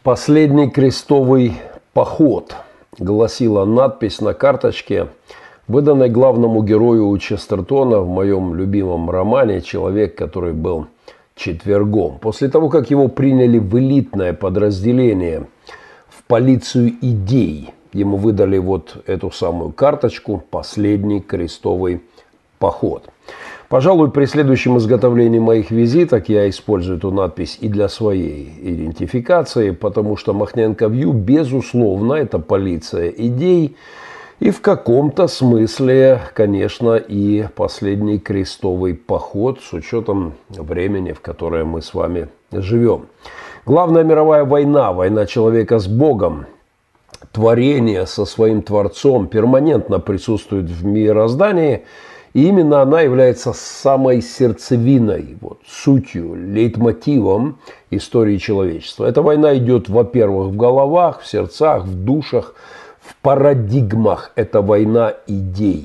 Последний крестовый поход, гласила надпись на карточке, выданной главному герою Честертона в моем любимом романе «Человек, который был четвергом». После того, как его приняли в элитное подразделение, в полицию идей, ему выдали вот эту самую карточку «Последний крестовый поход». Пожалуй, при следующем изготовлении моих визиток я использую эту надпись и для своей идентификации, потому что Махненко Вью, безусловно, это полиция идей и в каком-то смысле, конечно, и последний крестовый поход с учетом времени, в которое мы с вами живем. Главная мировая война, война человека с Богом, творение со своим Творцом перманентно присутствует в мироздании. И именно она является самой сердцевиной, сутью, лейтмотивом истории человечества. Эта война идет, во-первых, в головах, в сердцах, в душах, в парадигмах. Это война идей.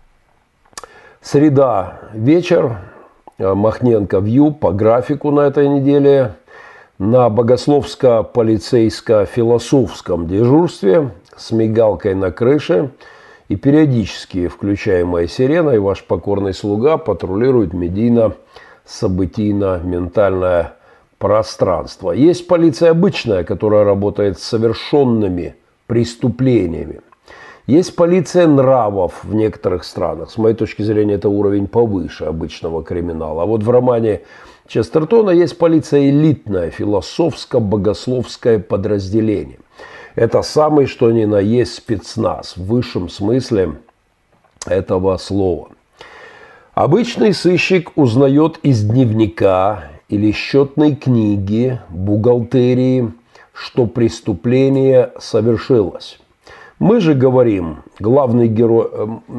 Среда, вечер. Махненко Вью по графику на этой неделе на богословско-полицейско-философском дежурстве с мигалкой на крыше. И периодически, включая мои сирены, ваш покорный слуга патрулирует медийно-событийно-ментальное пространство. Есть полиция обычная, которая работает с совершенными преступлениями. Есть полиция нравов в некоторых странах. С моей точки зрения, это уровень повыше обычного криминала. А вот в романе Честертона есть полиция элитная, философско-богословское подразделение. Это самый что ни на есть спецназ в высшем смысле этого слова. Обычный сыщик узнает из дневника или счетной книги, бухгалтерии, что преступление совершилось. Мы же, говорит главный герой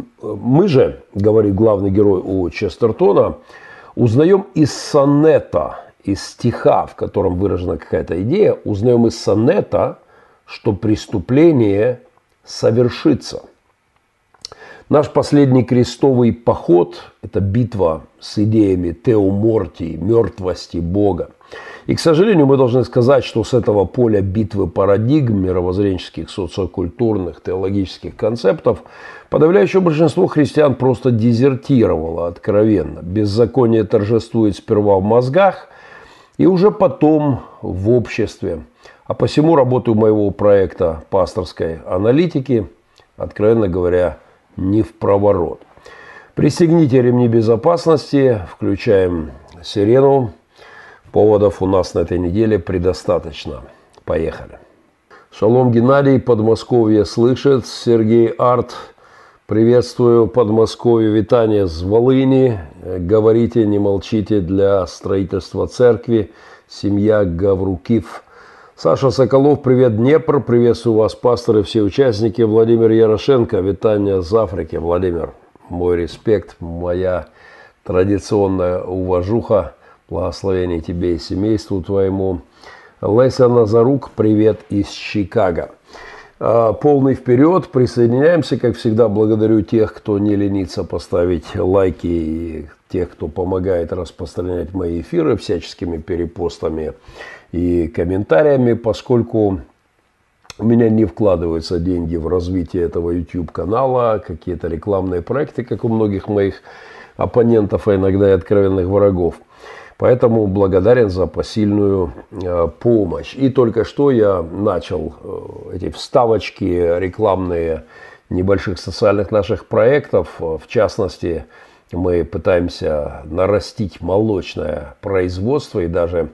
у Честертона, узнаем из сонета, из стиха, в котором выражена какая-то идея, узнаем из сонета, что преступление совершится. Наш последний крестовый поход – это битва с идеями теомортии, мертвости Бога. И, к сожалению, мы должны сказать, что с этого поля битвы парадигм, мировоззренческих, социокультурных, теологических концептов подавляющее большинство христиан просто дезертировало откровенно. Беззаконие торжествует сперва в мозгах и уже потом в обществе. А посему работу моего проекта пасторской аналитики, откровенно говоря, не в проворот. Пристегните ремни безопасности, включаем сирену. Поводов у нас на этой неделе предостаточно. Поехали. Шалом, Геннадий, Подмосковье слышит. Сергей Арт, приветствую Подмосковье, витание с Волыни. Говорите, не молчите для строительства церкви. Семья Гаврукив. Саша Соколов, привет, Днепр, приветствую вас, пасторы, все участники. Владимир Ярошенко, витание с Африки. Владимир, мой респект, моя традиционная уважуха, благословение тебе и семейству твоему. Леся Назарук, привет из Чикаго. Полный вперед, присоединяемся, как всегда, благодарю тех, кто не ленится поставить лайки и тех, кто помогает распространять мои эфиры всяческими перепостами и комментариями, поскольку у меня не вкладываются деньги в развитие этого YouTube-канала, какие-то рекламные проекты, как у многих моих оппонентов, а иногда и откровенных врагов. Поэтому благодарен за посильную помощь. И только что я начал эти вставочки рекламные небольших социальных наших проектов. В частности, мы пытаемся нарастить молочное производство и даже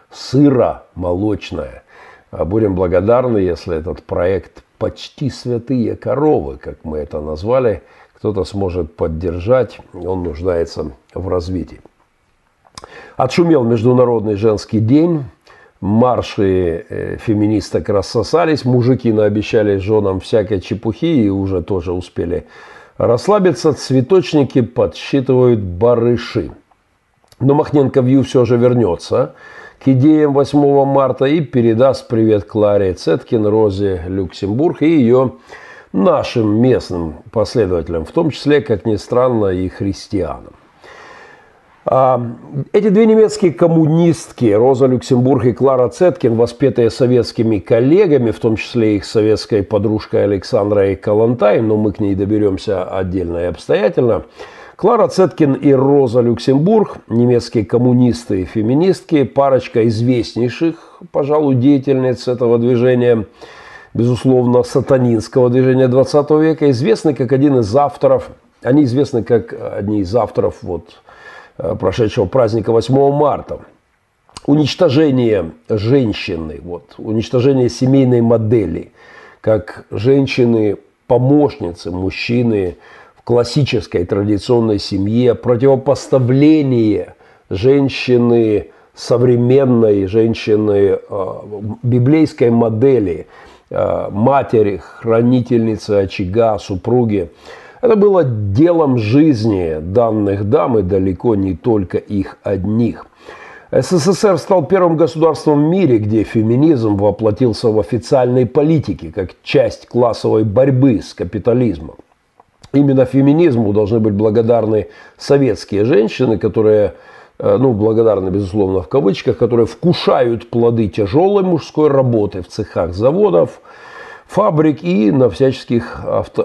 сыро-молочное. Будем благодарны, если этот проект «Почти святые коровы», как мы это назвали, кто-то сможет поддержать. Он нуждается в развитии. Отшумел Международный женский день. Марши феминисток рассосались. Мужики наобещали женам всякой чепухи и уже тоже успели расслабиться. Цветочники подсчитывают барыши. Но Махненко Вью все же вернется к идеям 8 марта и передаст привет Кларе Цеткин, Розе Люксембург и ее нашим местным последователям, в том числе, как ни странно, и христианам. Эти две немецкие коммунистки, Роза Люксембург и Клара Цеткин, воспетые советскими коллегами, в том числе их советской подружкой Александрой Калантай, но мы к ней доберемся отдельно и обстоятельно. Клара Цеткин и Роза Люксембург, немецкие коммунисты и феминистки, парочка известнейших, пожалуй, деятельниц этого движения, безусловно, сатанинского движения 20 века, известны как один из авторов, они известны как одни из авторов прошедшего праздника 8 марта. Уничтожение женщины, уничтожение семейной модели, как женщины-помощницы, мужчины в классической традиционной семье, противопоставление женщины современной, женщины библейской модели, матери, хранительницы очага, супруги. Это было делом жизни данных дам и далеко не только их одних. СССР стал первым государством в мире, где феминизм воплотился в официальной политике, как часть классовой борьбы с капитализмом. Именно феминизму должны быть благодарны советские женщины, которые, благодарны, безусловно, в кавычках, которые вкушают плоды тяжелой мужской работы в цехах заводов, фабрик и на всяческих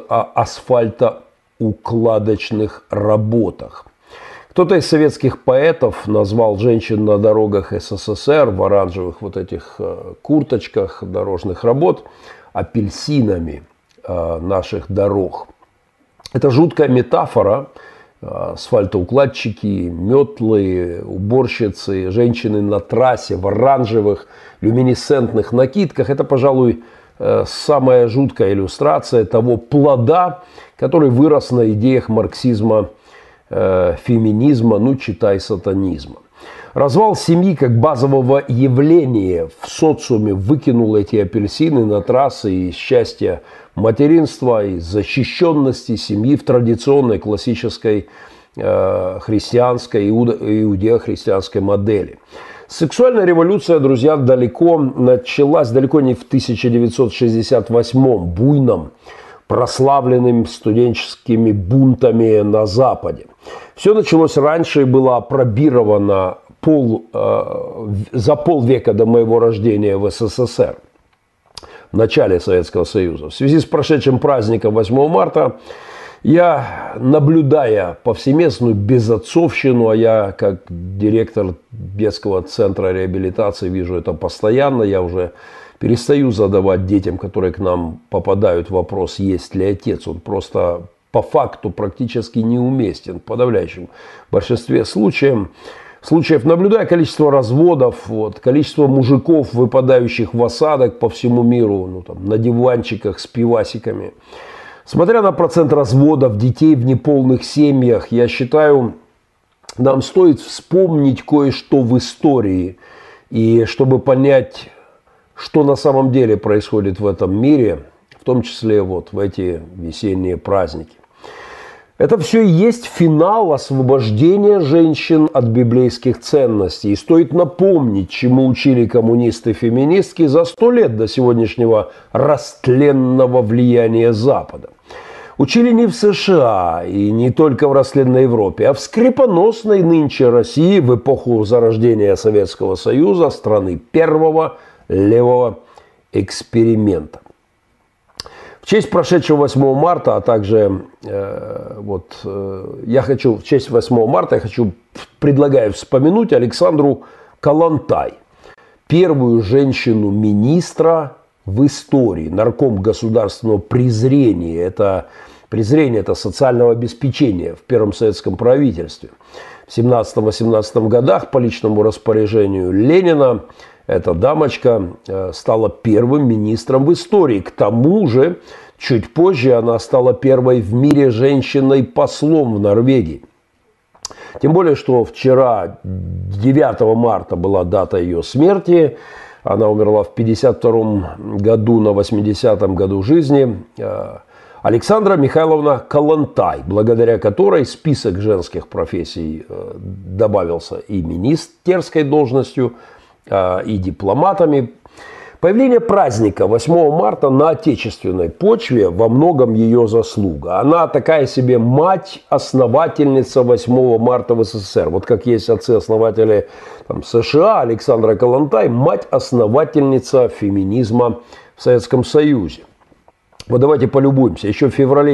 асфальтоукладочных работах. Кто-то из советских поэтов назвал женщин на дорогах СССР в оранжевых этих курточках дорожных работ апельсинами наших дорог. Это жуткая метафора. Асфальтоукладчики, метлы, уборщицы, женщины на трассе в оранжевых люминесцентных накидках. Это, пожалуй, самая жуткая иллюстрация того плода, который вырос на идеях марксизма, феминизма, читай сатанизма. Развал семьи как базового явления в социуме выкинул эти апельсины на трассы из счастья материнства, из защищенности семьи в традиционной классической христианской, иудео-христианской модели. Сексуальная революция, друзья, началась далеко не в 1968-м, буйном, прославленным студенческими бунтами на Западе. Все началось раньше и было опробировано за полвека до моего рождения в СССР, в начале Советского Союза. В связи с прошедшим праздником 8 марта я, наблюдая повсеместную безотцовщину, а я как директор детского центра реабилитации вижу это постоянно, я уже перестаю задавать детям, которые к нам попадают, вопрос, есть ли отец. Он просто по факту практически неуместен в подавляющем большинстве случаев. Наблюдая количество разводов, количество мужиков, выпадающих в осадок по всему миру, на диванчиках с пивасиками. Смотря на процент разводов детей в неполных семьях, я считаю, нам стоит вспомнить кое-что в истории, и чтобы понять, что на самом деле происходит в этом мире, в том числе в эти весенние праздники. Это все и есть финал освобождения женщин от библейских ценностей. И стоит напомнить, чему учили коммунисты-феминистки за 100 лет до сегодняшнего растленного влияния Запада. Учили не в США и не только в растленной Европе, а в скрипоносной нынче России в эпоху зарождения Советского Союза, страны первого левого эксперимента. В честь прошедшего 8 марта, а также в честь 8 марта я предлагаю вспомянуть Александру Калантай, первую женщину-министра в истории, нарком государственного презрения. Это презрение, это социального обеспечения в первом советском правительстве. В 17-18 годах по личному распоряжению Ленина эта дамочка стала первым министром в истории. К тому же, чуть позже она стала первой в мире женщиной-послом в Норвегии. Тем более, что вчера, 9 марта, была дата ее смерти. Она умерла в 1952 году, на 80-м году жизни. Александра Михайловна Калантай, благодаря которой список женских профессий добавился и министерской должностью, и дипломатами. Появление праздника 8 марта на отечественной почве во многом ее заслуга. Она такая себе мать-основательница 8 марта в СССР. Вот как есть отцы-основатели США, Александра Калантай, мать-основательница феминизма в Советском Союзе. Вот давайте полюбуемся. Еще в феврале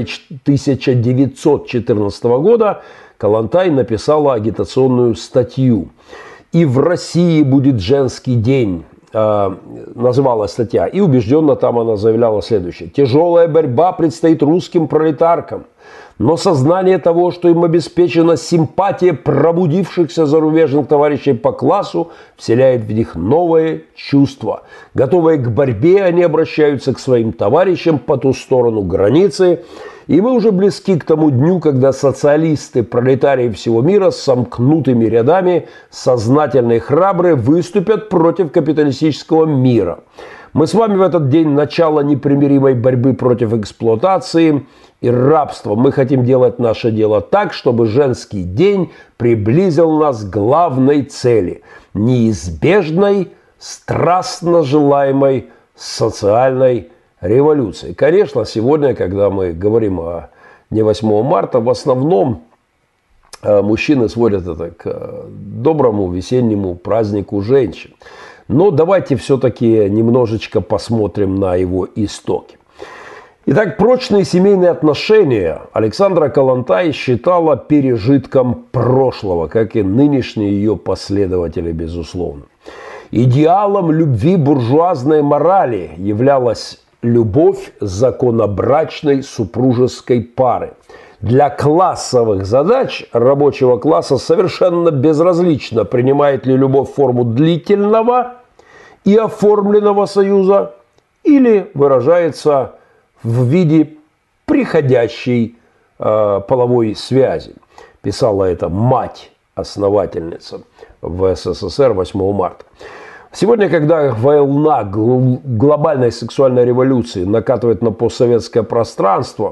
1914 года Калантай написала агитационную статью. «И в России будет женский день», называлась статья. И убежденно там она заявляла следующее. «Тяжелая борьба предстоит русским пролетаркам. Но сознание того, что им обеспечена симпатия пробудившихся зарубежных товарищей по классу, вселяет в них новые чувства. Готовые к борьбе, они обращаются к своим товарищам по ту сторону границы. И мы уже близки к тому дню, когда социалисты, пролетарии всего мира с сомкнутыми рядами, сознательные и храбрые, выступят против капиталистического мира. Мы с вами в этот день начало непримиримой борьбы против эксплуатации и рабства. Мы хотим делать наше дело так, чтобы женский день приблизил нас к главной цели – неизбежной, страстно желаемой социальной революции». Конечно, сегодня, когда мы говорим о дне 8 марта, в основном мужчины сводят это к доброму весеннему празднику женщин. Но давайте все-таки немножечко посмотрим на его истоки. Итак, прочные семейные отношения Александра Калантай считала пережитком прошлого, как и нынешние ее последователи, безусловно. Идеалом любви буржуазной морали являлась любовь законобрачной супружеской пары. Для классовых задач рабочего класса совершенно безразлично, принимает ли любовь форму длительного и оформленного союза или выражается в виде приходящей половой связи. Писала это мать-основательница в СССР 8 марта. Сегодня, когда волна глобальной сексуальной революции накатывает на постсоветское пространство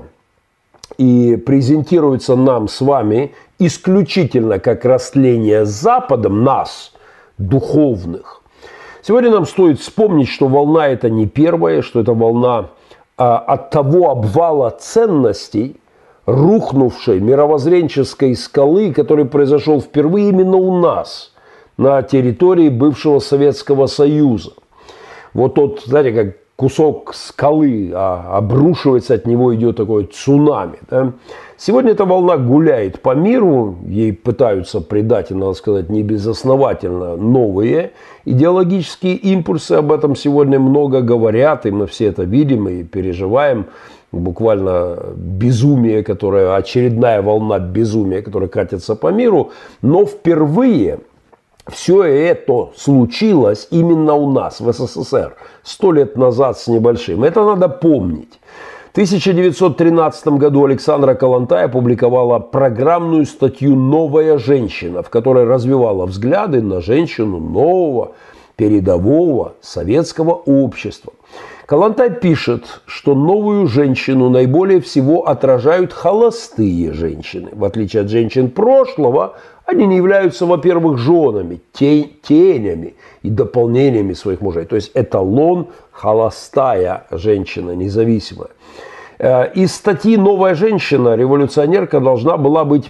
и презентируется нам с вами исключительно как растление Западом нас, духовных, сегодня нам стоит вспомнить, что волна это не первая, что это волна от того обвала ценностей, рухнувшей мировоззренческой скалы, который произошел впервые именно у нас, на территории бывшего Советского Союза. Вот тот, знаете, как кусок скалы, обрушивается, от него идет такое цунами. Да? Сегодня эта волна гуляет по миру, ей пытаются придать, и, надо сказать, небезосновательно новые идеологические импульсы. Об этом сегодня много говорят, и мы все это видим и переживаем. Буквально безумие, которое, очередная волна безумия, которая катится по миру. Но впервые все это случилось именно у нас, в СССР, 100 лет назад с небольшим. Это надо помнить. В 1913 году Александра Калантай опубликовала программную статью «Новая женщина», в которой развивала взгляды на женщину нового, передового советского общества. Калантай пишет, что новую женщину наиболее всего отражают холостые женщины. В отличие от женщин прошлого, они не являются, во-первых, женами, тенями и дополнениями своих мужей. То есть эталон холостая женщина, независимая. Из статьи «Новая женщина» революционерка должна была быть...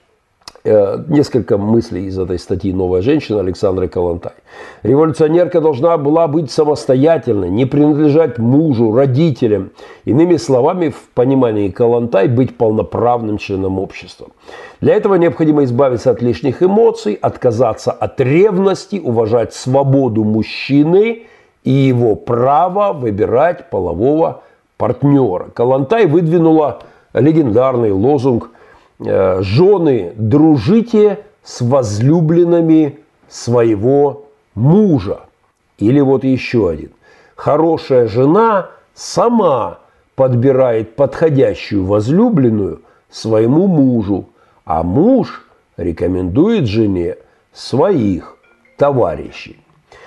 Несколько мыслей из этой статьи «Новая женщина» Александры Калантай. Революционерка должна была быть самостоятельной, не принадлежать мужу, родителям. Иными словами, в понимании Калантай, быть полноправным членом общества. Для этого необходимо избавиться от лишних эмоций, отказаться от ревности, уважать свободу мужчины и его право выбирать полового партнера. Калантай выдвинула легендарный лозунг: «Жены, дружите с возлюбленными своего мужа». Или вот еще один: «Хорошая жена сама подбирает подходящую возлюбленную своему мужу, а муж рекомендует жене своих товарищей».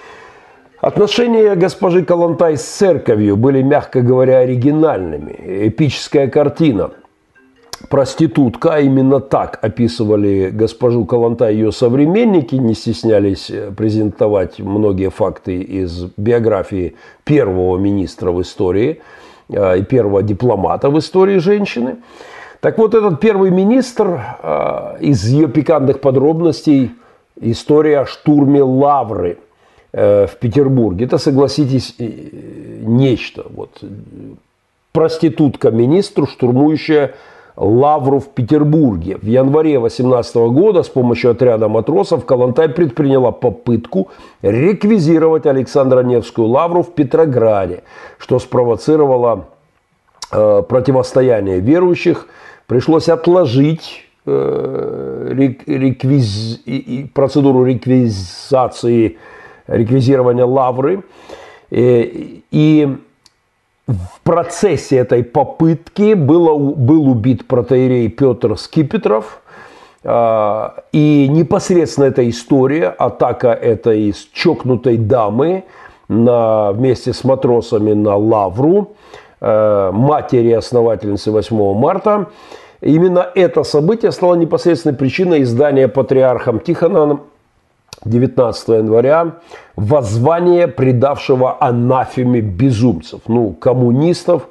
Отношения госпожи Калантай с церковью были, мягко говоря, оригинальными. Эпическая картина. проститутка, именно так описывали госпожу Калантай ее современники, не стеснялись презентовать многие факты из биографии первого министра в истории и первого дипломата в истории женщины. Так вот, этот первый министр, из ее пикантных подробностей, история о штурме Лавры в Петербурге. Это, согласитесь, нечто. Вот, проститутка-министр, штурмующая Лавру в Петербурге. В январе 18 года с помощью отряда матросов Калантай предприняла попытку реквизировать Александра Невскую Лавру в Петрограде, что спровоцировало противостояние верующих. Пришлось отложить процедуру реквизирования Лавры. И в процессе этой попытки был убит протоиерей Петр Скипетров. И непосредственно эта история, атака этой чокнутой дамы вместе с матросами на Лавру, матери основательницы 8 марта, именно это событие стало непосредственной причиной издания патриархом Тихоном 19 января воззвание предавшего анафеме безумцев, коммунистов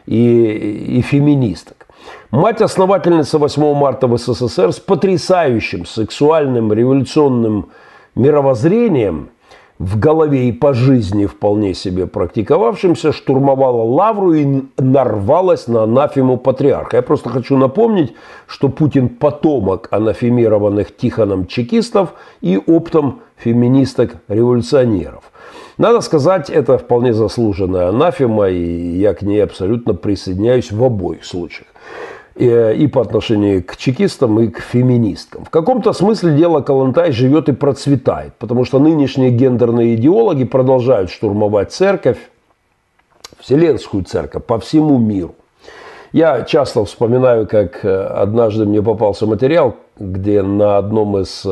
и феминисток. Мать-основательница 8 марта в СССР с потрясающим сексуальным революционным мировоззрением в голове и по жизни вполне себе практиковавшимся, штурмовала Лавру и нарвалась на анафему патриарха. Я просто хочу напомнить, что Путин потомок анафемированных Тихоном чекистов и оптом феминисток-революционеров. Надо сказать, это вполне заслуженная анафема, и я к ней абсолютно присоединяюсь в обоих случаях. И по отношению к чекистам, и к феминисткам. В каком-то смысле дело Калантай живет и процветает, потому что нынешние гендерные идеологи продолжают штурмовать церковь, Вселенскую церковь по всему миру. Я часто вспоминаю, как однажды мне попался материал, где на одном из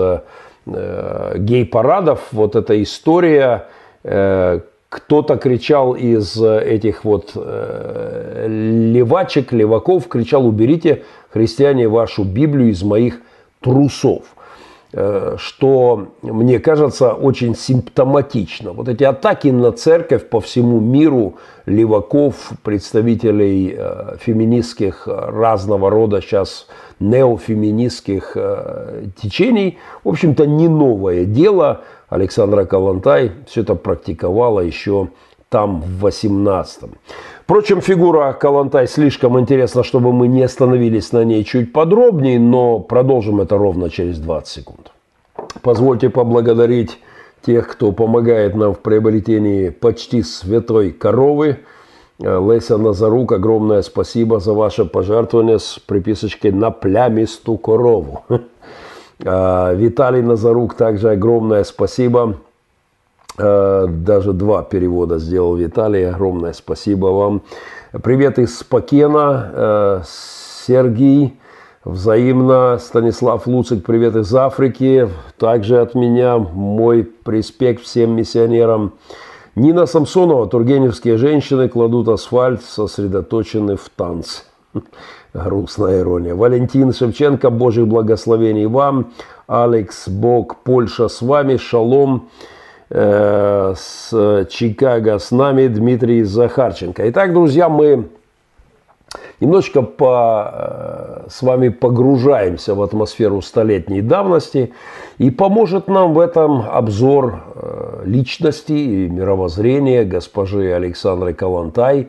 гей-парадов вот эта история, кто-то кричал из этих вот левачек, леваков, кричал: уберите, христиане, вашу Библию из моих трусов. Что, мне кажется, очень симптоматично. Вот эти атаки на церковь по всему миру, леваков, представителей феминистских разного рода сейчас неофеминистских течений, в общем-то, не новое дело. Александра Калантай все это практиковала еще там в 18-м. Впрочем, фигура Калантай слишком интересна, чтобы мы не остановились на ней чуть подробнее, но продолжим это ровно через 20 секунд. Позвольте поблагодарить тех, кто помогает нам в приобретении почти святой коровы. Леся Назарук, огромное спасибо за ваше пожертвование с приписочкой на плямистую корову. Виталий Назарук, также огромное спасибо. Даже 2 перевода сделал Виталий. Огромное спасибо вам. Привет из Спокена. Сергей, взаимно. Станислав Луцик, привет из Африки. Также от меня мой респект всем миссионерам. Нина Самсонова, тургеневские женщины кладут асфальт, сосредоточены в танце. Грустная ирония. Валентин Шевченко, Божьих благословений вам. Алекс Бог, Польша с вами. Шалом с Чикаго с нами. Дмитрий Захарченко. Итак, друзья, мы немножечко с вами погружаемся в атмосферу столетней давности. И поможет нам в этом обзор личности и мировоззрения госпожи Александры Калантай,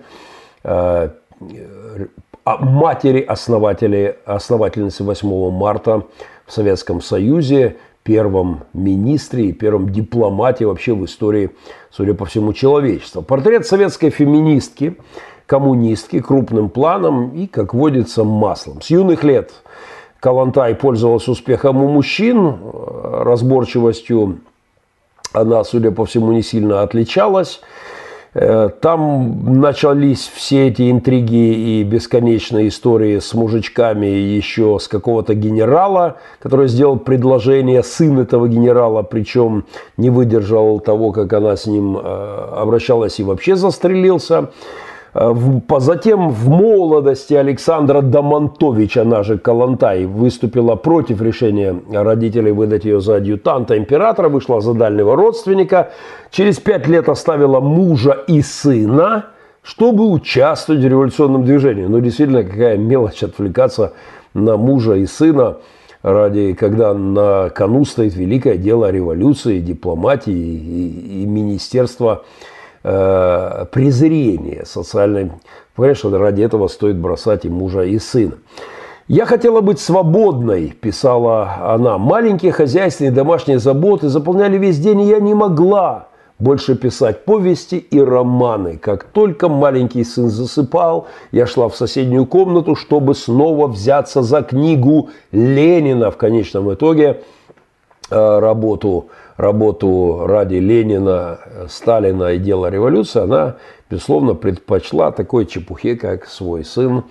матери-основательницы 8 марта в Советском Союзе, первом министре и первом дипломате вообще в истории, судя по всему, человечества. Портрет советской феминистки, коммунистки крупным планом и, как водится, маслом. С юных лет Калантай пользовалась успехом у мужчин, разборчивостью она, судя по всему, не сильно отличалась. Там начались все эти интриги и бесконечные истории с мужичками еще с какого-то генерала, который сделал предложение, сын этого генерала, причем не выдержал того, как она с ним обращалась, и вообще застрелился. Затем в молодости Александра Домонтович, она же Калантай, выступила против решения родителей выдать ее за адъютанта императора, вышла за дальнего родственника. Через 5 лет оставила мужа и сына, чтобы участвовать в революционном движении. Ну, действительно, какая мелочь отвлекаться на мужа и сына, когда на кону стоит великое дело революции, дипломатии и министерства презрения социальной. Конечно, ради этого стоит бросать и мужа, и сына. «Я хотела быть свободной», – писала она. «Маленькие хозяйственные домашние заботы заполняли весь день, и я не могла больше писать повести и романы. Как только маленький сын засыпал, я шла в соседнюю комнату, чтобы снова взяться за книгу Ленина». В конечном итоге работу ради Ленина, Сталина и дела революции она, безусловно, предпочла такой чепухе, как свой сын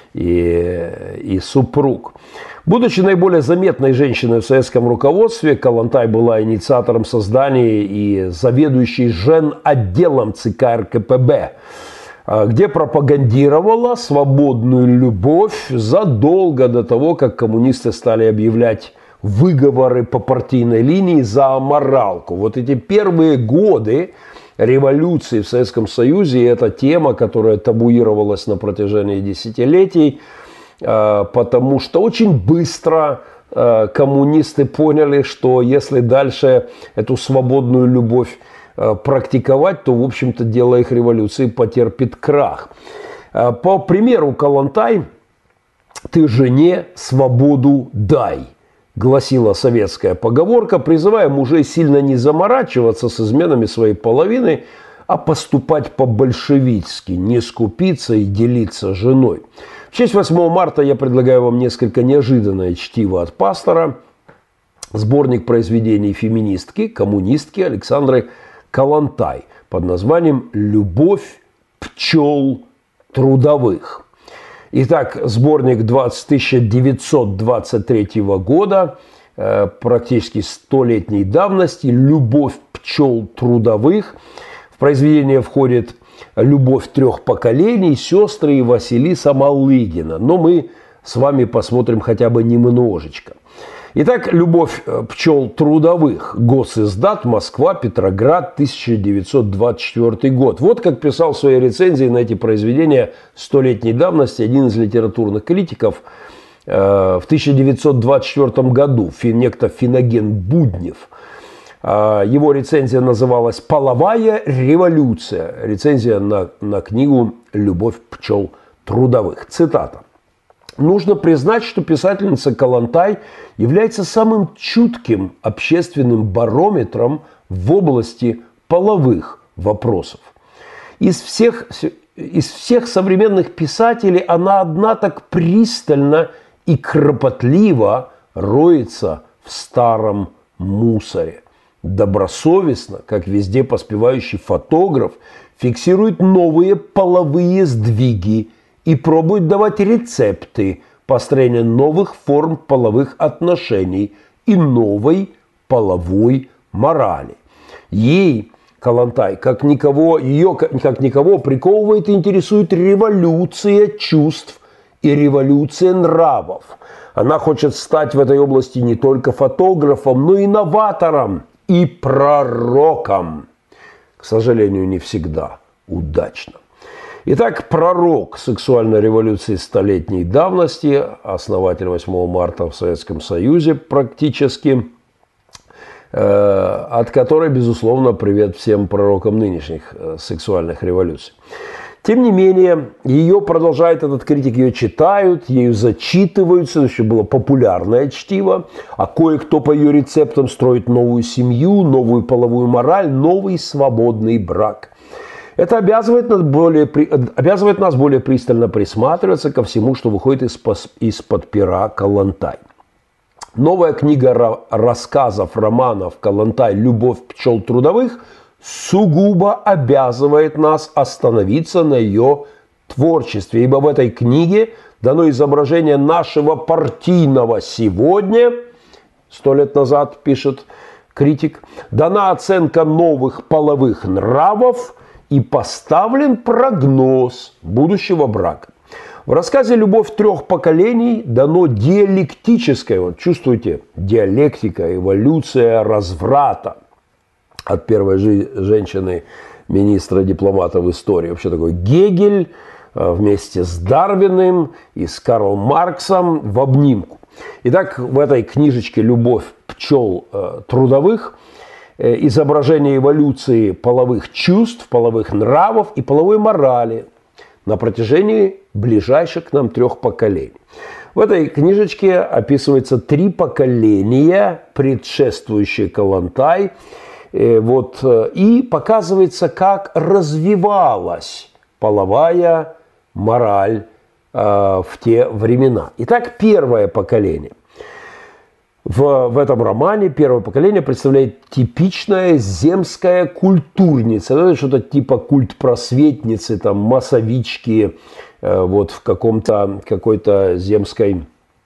и супруг. Будучи наиболее заметной женщиной в советском руководстве, Калантай была инициатором создания и заведующей женотделом ЦК РКПБ, где пропагандировала свободную любовь задолго до того, как коммунисты стали объявлять выговоры по партийной линии за аморалку. Вот эти первые годы революции в Советском Союзе, это тема, которая табуировалась на протяжении десятилетий, потому что очень быстро коммунисты поняли, что если дальше эту свободную любовь практиковать, то, в общем-то, дело их революции потерпит крах. По примеру Калантай «Ты жене свободу дай», гласила советская поговорка, призывая мужей сильно не заморачиваться с изменами своей половины, а поступать по-большевистски, не скупиться и делиться женой. В честь 8 марта я предлагаю вам несколько неожиданное чтиво от пастора. Сборник произведений феминистки, коммунистки Александры Калантай под названием «Любовь пчел трудовых». Итак, сборник 1923 года, практически 100-летней давности, «Любовь пчел трудовых». В произведение входит «Любовь 3 поколений», «Сестры» и Василиса Малыгина. Но мы с вами посмотрим хотя бы немножечко. Итак, «Любовь пчел трудовых», Госиздат, Москва, Петроград, 1924 год. Вот как писал в своей рецензии на эти произведения 100-летней давности один из литературных критиков в 1924 году, некто Финоген Буднев. Его рецензия называлась «Половая революция». Рецензия на книгу «Любовь пчел трудовых». Цитата. «Нужно признать, что писательница Калантай является самым чутким общественным барометром в области половых вопросов. Из всех современных писателей она одна так пристально и кропотливо роется в старом мусоре. Добросовестно, как везде поспевающий фотограф, фиксирует новые половые сдвиги и пробует давать рецепты построения новых форм половых отношений и новой половой морали. Ей, Калантай, как никого приковывает и интересует революция чувств и революция нравов. Она хочет стать в этой области не только фотографом, но и новатором и пророком. К сожалению, не всегда удачно. Итак, пророк сексуальной революции 100-летней давности, основатель 8 марта в Советском Союзе практически, от которой, безусловно, привет всем пророкам нынешних сексуальных революций. Тем не менее, ее продолжает этот критик, ее читают, ею зачитываются, еще было популярное чтиво, а кое-кто по ее рецептам строит новую семью, новую половую мораль, новый свободный брак. Это обязывает нас более пристально присматриваться ко всему, что выходит из-под пера Калантай. Новая книга рассказов, романов Калантай «Любовь пчел трудовых» сугубо обязывает нас остановиться на ее творчестве, ибо в этой книге дано изображение нашего партийного сегодня, 100 лет назад, пишет критик, дана оценка новых половых нравов и поставлен прогноз будущего брака. В рассказе «Любовь трех поколений» дано диалектическое, вот чувствуете, диалектика, эволюция разврата от первой женщины, министра дипломата в истории. Вообще такой Гегель вместе с Дарвиным и с Карлом Марксом в обнимку. Итак, в этой книжечке «Любовь пчел трудовых» изображение эволюции половых чувств, половых нравов и половой морали на протяжении ближайших к нам 3 поколений. В этой книжечке описывается 3 поколения, предшествующие Калантай, и показывается, как развивалась половая мораль в те времена. Итак, первое поколение. В этом романе первое поколение представляет типичная земская культурница. Это что-то типа культ-просветницы, там, массовички, вот в какой-то земской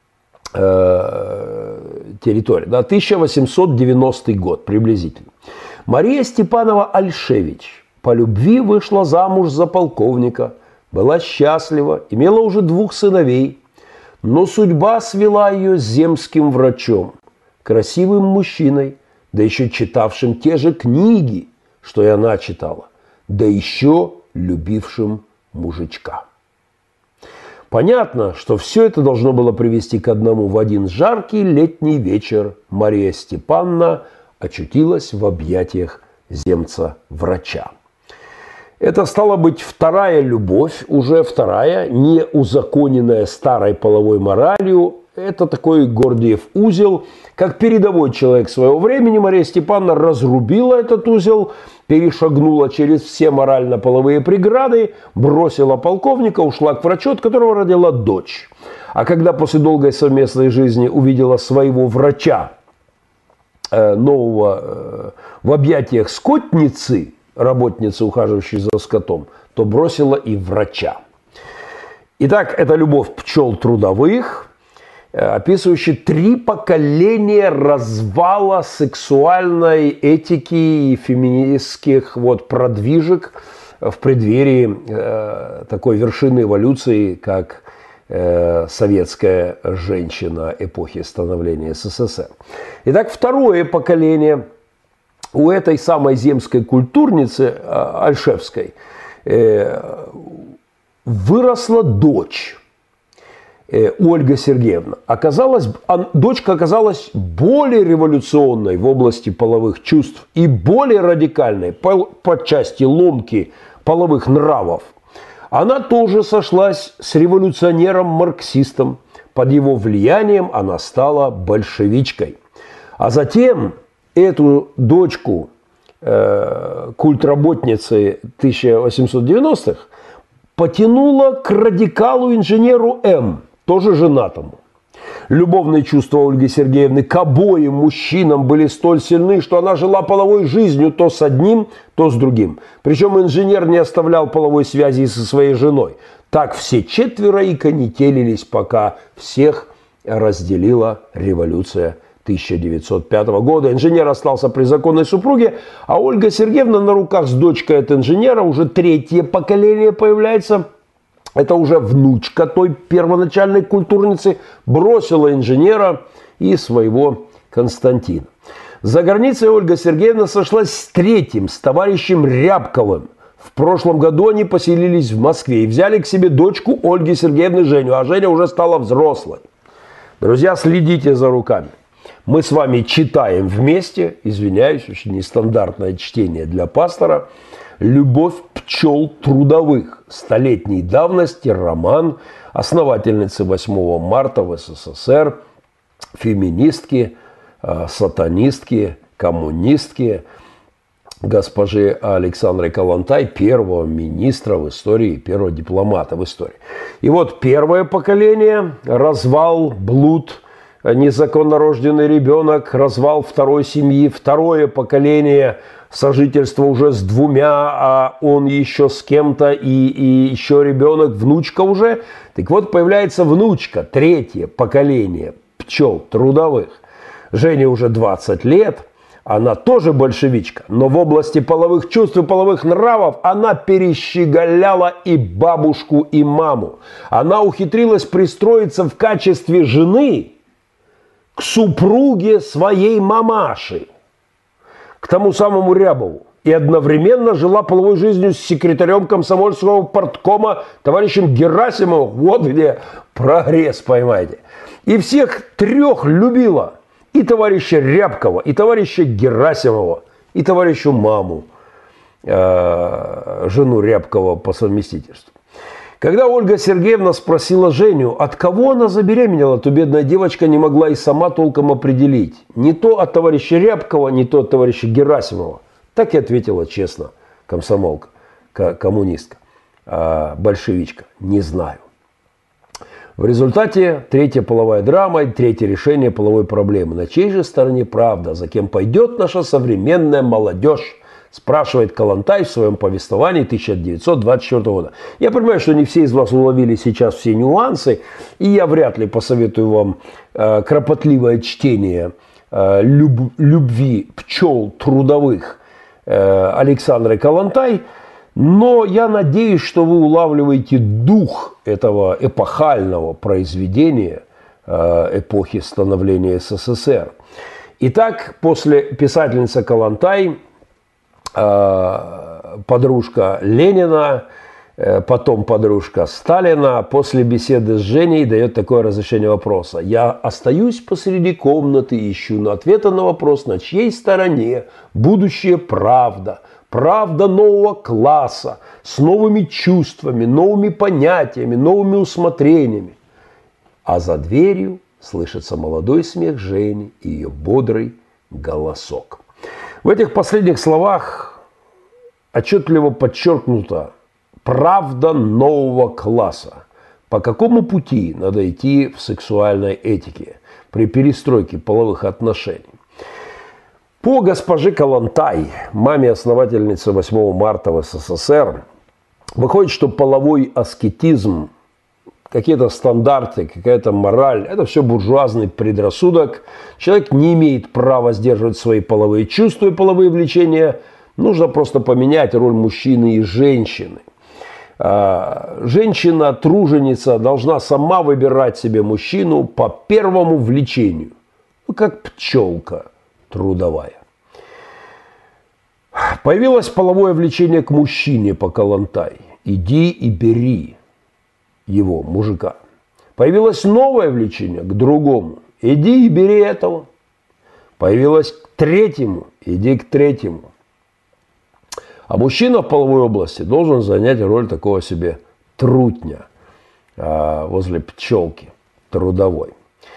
территории. Да, 1890 год приблизительно. Мария Степанова Альшевич по любви вышла замуж за полковника, была счастлива, имела уже 2 сыновей. Но судьба свела ее с земским врачом, красивым мужчиной, да еще читавшим те же книги, что и она читала, да еще любившим мужичка. Понятно, что все это должно было привести к одному: в один жаркий летний вечер Мария Степановна очутилась в объятиях земца-врача. Это стала быть вторая любовь, уже вторая, не узаконенная старой половой моралью. Это такой Гордиев узел. Как передовой человек своего времени Мария Степановна разрубила этот узел, перешагнула через все морально-половые преграды, бросила полковника, ушла к врачу, от которого родила дочь. А когда после долгой совместной жизни увидела своего врача, нового, в объятиях скотницы, работницы, ухаживающей за скотом, то бросила и врача. Итак, это любовь пчел трудовых, описывающая 3 поколения развала сексуальной этики и феминистских продвижек в преддверии такой вершины эволюции, как советская женщина эпохи становления СССР. Итак, второе поколение. У этой самой земской культурницы Альшевской выросла дочь, Ольга Сергеевна. Дочка оказалась более революционной в области половых чувств и более радикальной по части ломки половых нравов. Она тоже сошлась с революционером-марксистом. Под его влиянием она стала большевичкой. А затем эту дочку культработницы 1890-х потянула к радикалу-инженеру М, тоже женатому. Любовные чувства Ольги Сергеевны к обоим мужчинам были столь сильны, что она жила половой жизнью то с одним, то с другим. Причем инженер не оставлял половой связи со своей женой. Так все 4 и конетелились, пока всех разделила революция 1905 года. Инженер остался при законной супруге, а Ольга Сергеевна на руках с дочкой от инженера, уже 3-е поколение появляется. Это уже внучка той первоначальной культурницы, бросила инженера и своего Константина. За границей Ольга Сергеевна сошлась с 3-м, с товарищем Рябковым. В прошлом году они поселились в Москве и взяли к себе дочку Ольги Сергеевны Женю, а Женя уже стала взрослой. Друзья, следите за руками. Мы с вами читаем вместе, извиняюсь, очень нестандартное чтение для пастора, «Любовь пчел трудовых», столетней давности роман основательницы 8 марта в СССР, феминистки, сатанистки, коммунистки, госпожи Александры Калантай, первого министра в истории, первого дипломата в истории. И вот первое поколение, развал, блуд, незаконно рожденный ребенок, развал второй семьи, второе поколение, сожительство уже с 2, а он еще с кем-то, и еще ребенок, внучка уже. Так вот, появляется внучка, 3-е поколение пчел трудовых. Жене уже 20 лет, Она тоже большевичка, но в области половых чувств и половых нравов она перещеголяла и бабушку, и маму. Она ухитрилась пристроиться в качестве жены к супруге своей мамаши, к тому самому Рябову. И одновременно жила половой жизнью с секретарем комсомольского парткома товарищем Герасимовым. Вот где прогресс, поймайте. И всех трех любила. И товарища Рябкова, и товарища Герасимова, и товарищу маму, жену Рябкова по совместительству. Когда Ольга Сергеевна спросила Женю, от кого она забеременела, то бедная девочка не могла и сама толком определить. Не то от товарища Рябкова, не то от товарища Герасимова. Так и ответила честно комсомолка, коммунистка, большевичка. Не знаю. В результате третья половая драма и третье решение половой проблемы. На чьей же стороне правда? За кем пойдет наша современная молодежь? Спрашивает Калантай в своем повествовании 1924 года. Я понимаю, что не все из вас уловили сейчас все нюансы, и я вряд ли посоветую вам кропотливое чтение любви пчел трудовых Александры Калантай. Но я надеюсь, что вы улавливаете дух этого эпохального произведения эпохи становления СССР. Итак, после писательницы Калантай, подружка Ленина, потом подружка Сталина, после беседы с Женей дает такое разрешение вопроса. Я остаюсь посреди комнаты и ищу ответа на вопрос, на чьей стороне будущее правда. Правда нового класса, с новыми чувствами, новыми понятиями, новыми усмотрениями. А за дверью слышится молодой смех Жени и ее бодрый голосок. В этих последних словах отчетливо подчеркнута правда нового класса. По какому пути надо идти в сексуальной этике при перестройке половых отношений? По госпоже Калантай, маме основательницы 8 марта в СССР, выходит, что половой аскетизм, какие-то стандарты, какая-то мораль – это все буржуазный предрассудок. Человек не имеет права сдерживать свои половые чувства и половые влечения. Нужно просто поменять роль мужчины и женщины. Женщина-труженица должна сама выбирать себе мужчину по первому влечению, как пчелка трудовая. Появилось половое влечение к мужчине по Калантай. Иди и бери его, мужика. Появилось новое влечение к другому. Иди и бери этого. Появилось к третьему. Иди к третьему. А мужчина в половой области должен занять роль такого себе трутня возле пчелки трудовой.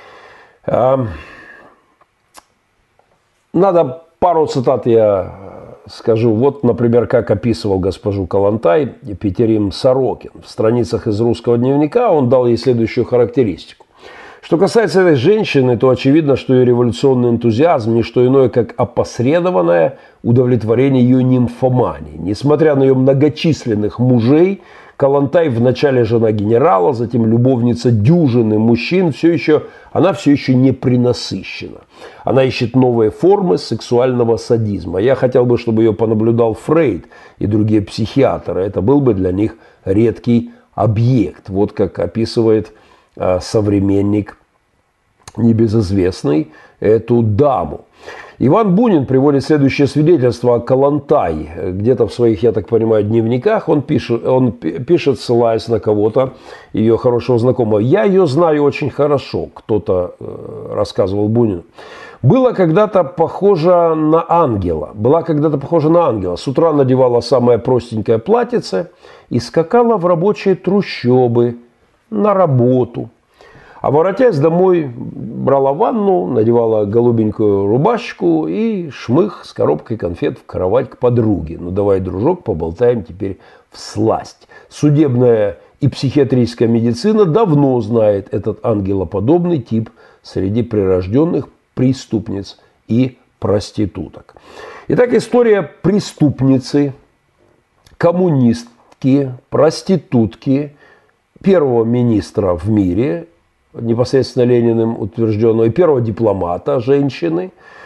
Надо пару цитат я скажу. Вот, например, как описывал госпожу Калантай Петерим Сорокин. В страницах из русского дневника он дал ей следующую характеристику. Что касается этой женщины, то очевидно, что ее революционный энтузиазм не что иное, как опосредованное удовлетворение ее нимфомании. Несмотря на ее многочисленных мужей, Калантай вначале жена генерала, затем любовница дюжины мужчин, она все еще не принасыщена. Она ищет новые формы сексуального садизма. Я хотел бы, чтобы ее понаблюдал Фрейд и другие психиатры. Это был бы для них редкий объект. Вот как описывает современник небезызвестный эту даму. Иван Бунин приводит следующее свидетельство о Калантай. Где-то в своих, я так понимаю, дневниках он пишет, ссылаясь на кого-то, ее хорошего знакомого. Я ее знаю очень хорошо, кто-то рассказывал Бунину. Была когда-то похожа на ангела. С утра надевала самое простенькое платьице и скакала в рабочие трущобы на работу. А воротясь домой, брала ванну, надевала голубенькую рубашечку и шмых с коробкой конфет в кровать к подруге. Ну давай, дружок, поболтаем теперь всласть. Судебная и психиатрическая медицина давно знает этот ангелоподобный тип среди прирожденных преступниц и проституток. Итак, история преступницы, коммунистки, проститутки, первого министра в мире, непосредственно Лениным утвержденного, и первого дипломата женщины,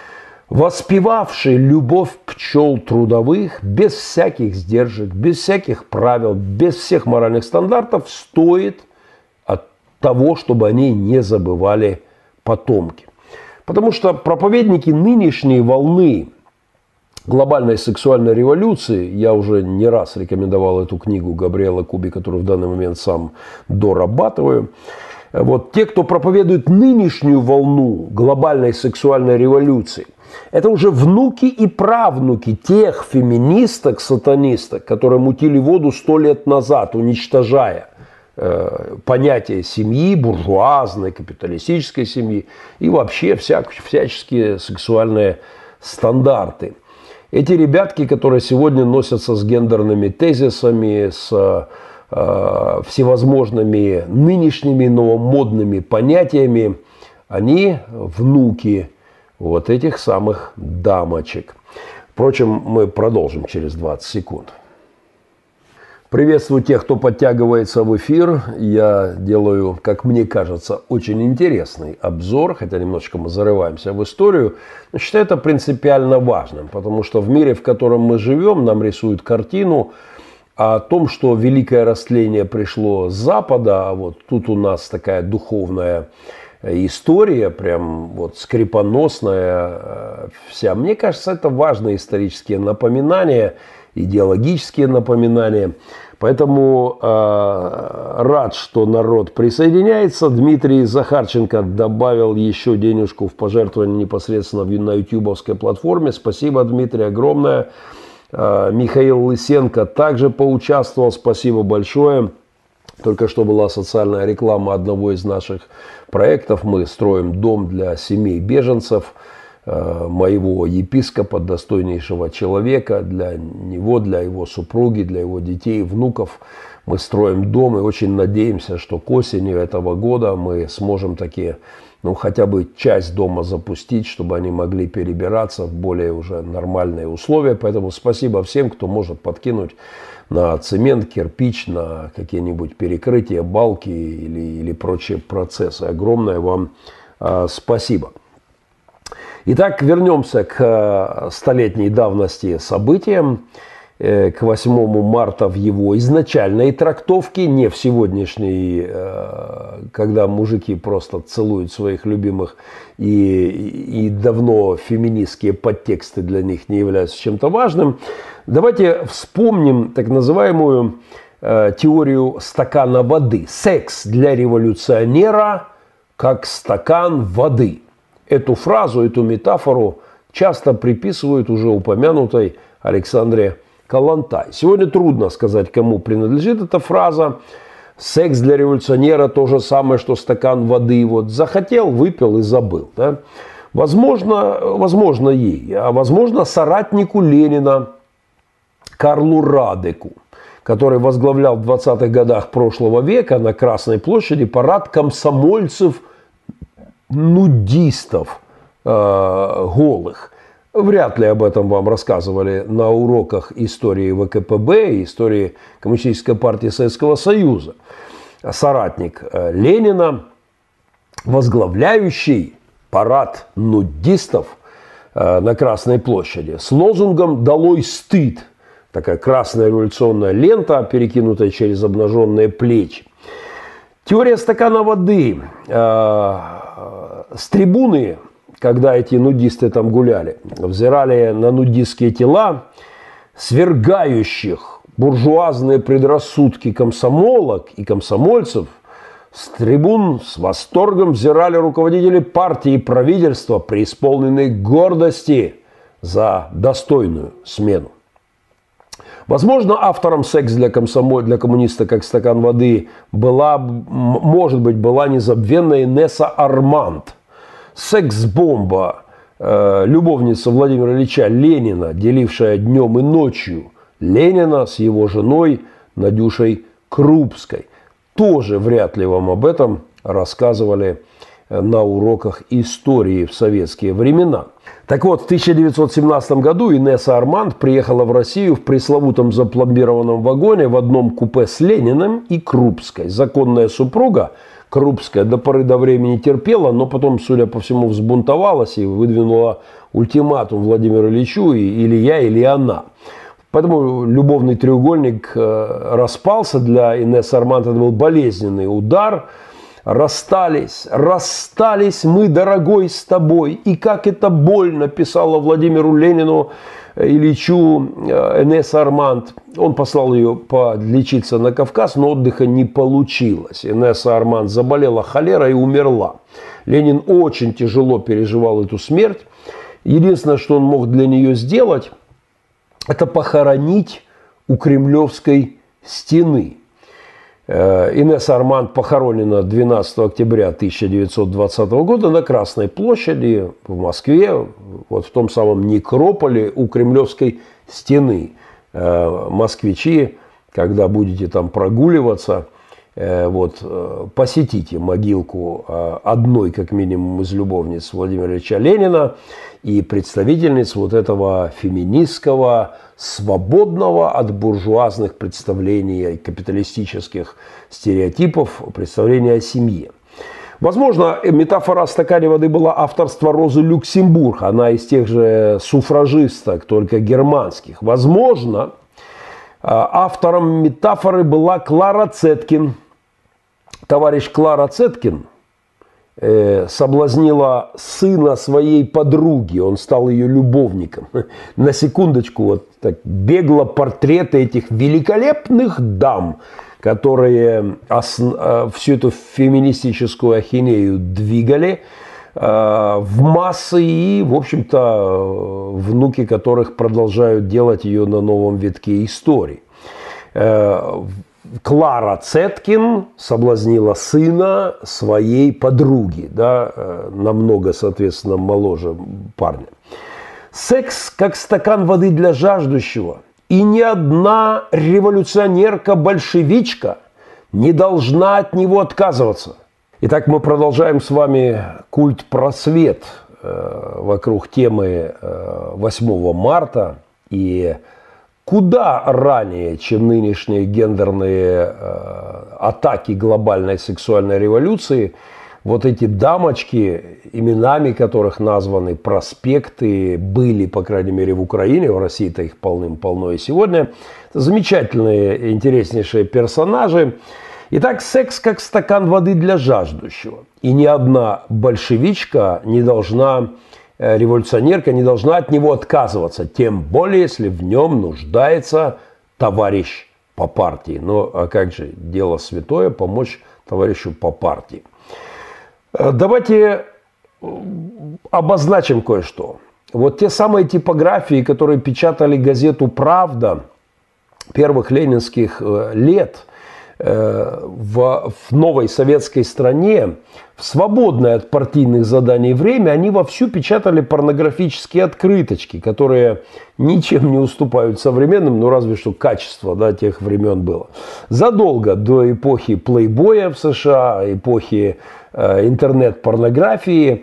воспевавший любовь пчел трудовых без всяких сдержек, без всяких правил, без всех моральных стандартов, стоит от того, чтобы они не забывали потомки. Потому что проповедники нынешней волны глобальной сексуальной революции, я уже не раз рекомендовал эту книгу Габриэла Куби, которую в данный момент сам дорабатываю. Вот те, кто проповедует нынешнюю волну глобальной сексуальной революции, это уже внуки и правнуки тех феминисток-сатанисток, которые мутили воду 100 лет назад, уничтожая понятие семьи, буржуазной, капиталистической семьи и вообще всяческие сексуальные стандарты. Эти ребятки, которые сегодня носятся с гендерными тезисами, с всевозможными нынешними новомодными понятиями, они внуки вот этих самых дамочек. Впрочем, мы продолжим через 20 секунд. Приветствую тех, кто подтягивается в эфир. Я делаю, как мне кажется, очень интересный обзор, хотя немножечко мы зарываемся в историю, но считаю это принципиально важным, потому что в мире, в котором мы живем, нам рисуют картину о том, что великое растление пришло с Запада, а вот тут у нас такая духовная история, прям вот скрипоносная вся. Мне кажется, это важные исторические напоминания, идеологические напоминания. Поэтому рад, что народ присоединяется. Дмитрий Захарченко добавил еще денежку в пожертвование непосредственно на ютубовской платформе. Спасибо, Дмитрий, огромное. Михаил Лысенко также поучаствовал. Спасибо большое. Только что была социальная реклама одного из наших проектов. Мы строим дом для семей беженцев. Моего епископа, достойнейшего человека, для него, для его супруги, для его детей, внуков. Мы строим дом и очень надеемся, что к осени этого года мы сможем таки, хотя бы часть дома запустить, чтобы они могли перебираться в более уже нормальные условия. Поэтому спасибо всем, кто может подкинуть на цемент, кирпич, на какие-нибудь перекрытия, балки или прочие процессы. Огромное вам спасибо. Итак, вернемся к столетней давности событиям, к 8 марта в его изначальной трактовке, не в сегодняшней, когда мужики просто целуют своих любимых и давно феминистские подтексты для них не являются чем-то важным. Давайте вспомним так называемую теорию стакана воды. Секс для революционера как стакан воды. Эту фразу, эту метафору часто приписывают уже упомянутой Александре Коллонтай. Сегодня трудно сказать, кому принадлежит эта фраза. Секс для революционера то же самое, что стакан воды. Вот захотел, выпил и забыл. Да? Возможно ей, а возможно соратнику Ленина Карлу Радеку, который возглавлял в 20-х годах прошлого века на Красной площади парад комсомольцев-нудистов голых. Вряд ли об этом вам рассказывали на уроках истории ВКПБ и истории Коммунистической партии Советского Союза. Соратник Ленина, возглавляющий парад нудистов на Красной площади с лозунгом «Долой стыд». Такая красная революционная лента, перекинутая через обнаженные плечи. Теория стакана воды. С трибуны, когда эти нудисты там гуляли, взирали на нудистские тела, свергающих буржуазные предрассудки комсомолок и комсомольцев, с трибун с восторгом взирали руководители партии и правительства, преисполненные гордости за достойную смену. Возможно, автором «Секс для коммуниста как стакан воды» была незабвенная Инесса Арманд. Секс-бомба, любовница Владимира Ильича Ленина, делившая днем и ночью Ленина с его женой Надюшей Крупской. Тоже вряд ли вам об этом рассказывали на уроках истории в советские времена. Так вот, в 1917 году Инесса Арманд приехала в Россию в пресловутом запломбированном вагоне в одном купе с Лениным и Крупской. Законная супруга Крупская до поры до времени терпела, но потом, судя по всему, взбунтовалась и выдвинула ультиматум Владимиру Ильичу, или я, или она. Поэтому любовный треугольник распался. Для Инессы Арманд это был болезненный удар. Расстались мы, дорогой, с тобой. И как это больно, писала Владимиру Ленину Ильичу Инесса Арманд. Он послал ее подлечиться на Кавказ, но отдыха не получилось. Инесса Арманд заболела холерой и умерла. Ленин очень тяжело переживал эту смерть. Единственное, что он мог для нее сделать, это похоронить у Кремлевской стены. Инесса Арманд похоронена 12 октября 1920 года на Красной площади в Москве, вот в том самом некрополе у Кремлевской стены. Москвичи, когда будете там прогуливаться, вот, посетите могилку одной, как минимум, из любовниц Владимира Ильича Ленина и представительниц вот этого феминистского, свободного от буржуазных представлений и капиталистических стереотипов представления о семье. Возможно, метафора о стакане воды была авторства Розы Люксембург. Она из тех же суфражисток, только германских. Возможно, автором метафоры была Клара Цеткин. Товарищ Клара Цеткин соблазнила сына своей подруги, он стал ее любовником. На секундочку, вот так бегло портреты этих великолепных дам, которые всю эту феминистическую ахинею двигали в массы и, в общем-то, внуки которых продолжают делать ее на новом витке истории. Клара Цеткин соблазнила сына своей подруги, да, намного, соответственно, моложе парня. Секс как стакан воды для жаждущего. И ни одна революционерка-большевичка не должна от него отказываться. Итак, мы продолжаем с вами культ просвет вокруг темы 8 марта. И куда ранее, чем нынешние гендерные атаки глобальной сексуальной революции, вот эти дамочки, именами которых названы проспекты, были, по крайней мере, в Украине, в России-то их полным-полно и сегодня. Это замечательные, интереснейшие персонажи. Итак, секс как стакан воды для жаждущего. И ни одна большевичка не должна, революционерка не должна от него отказываться. Тем более, если в нем нуждается товарищ по партии. Ну, а как же, дело святое помочь товарищу по партии. Давайте обозначим кое-что. Вот те самые типографии, которые печатали газету «Правда» первых ленинских лет в новой советской стране, в свободное от партийных заданий время, они вовсю печатали порнографические открыточки, которые ничем не уступают современным, ну разве что качество, да, тех времен было. Задолго до эпохи плейбоя в США, эпохи интернет-порнографии,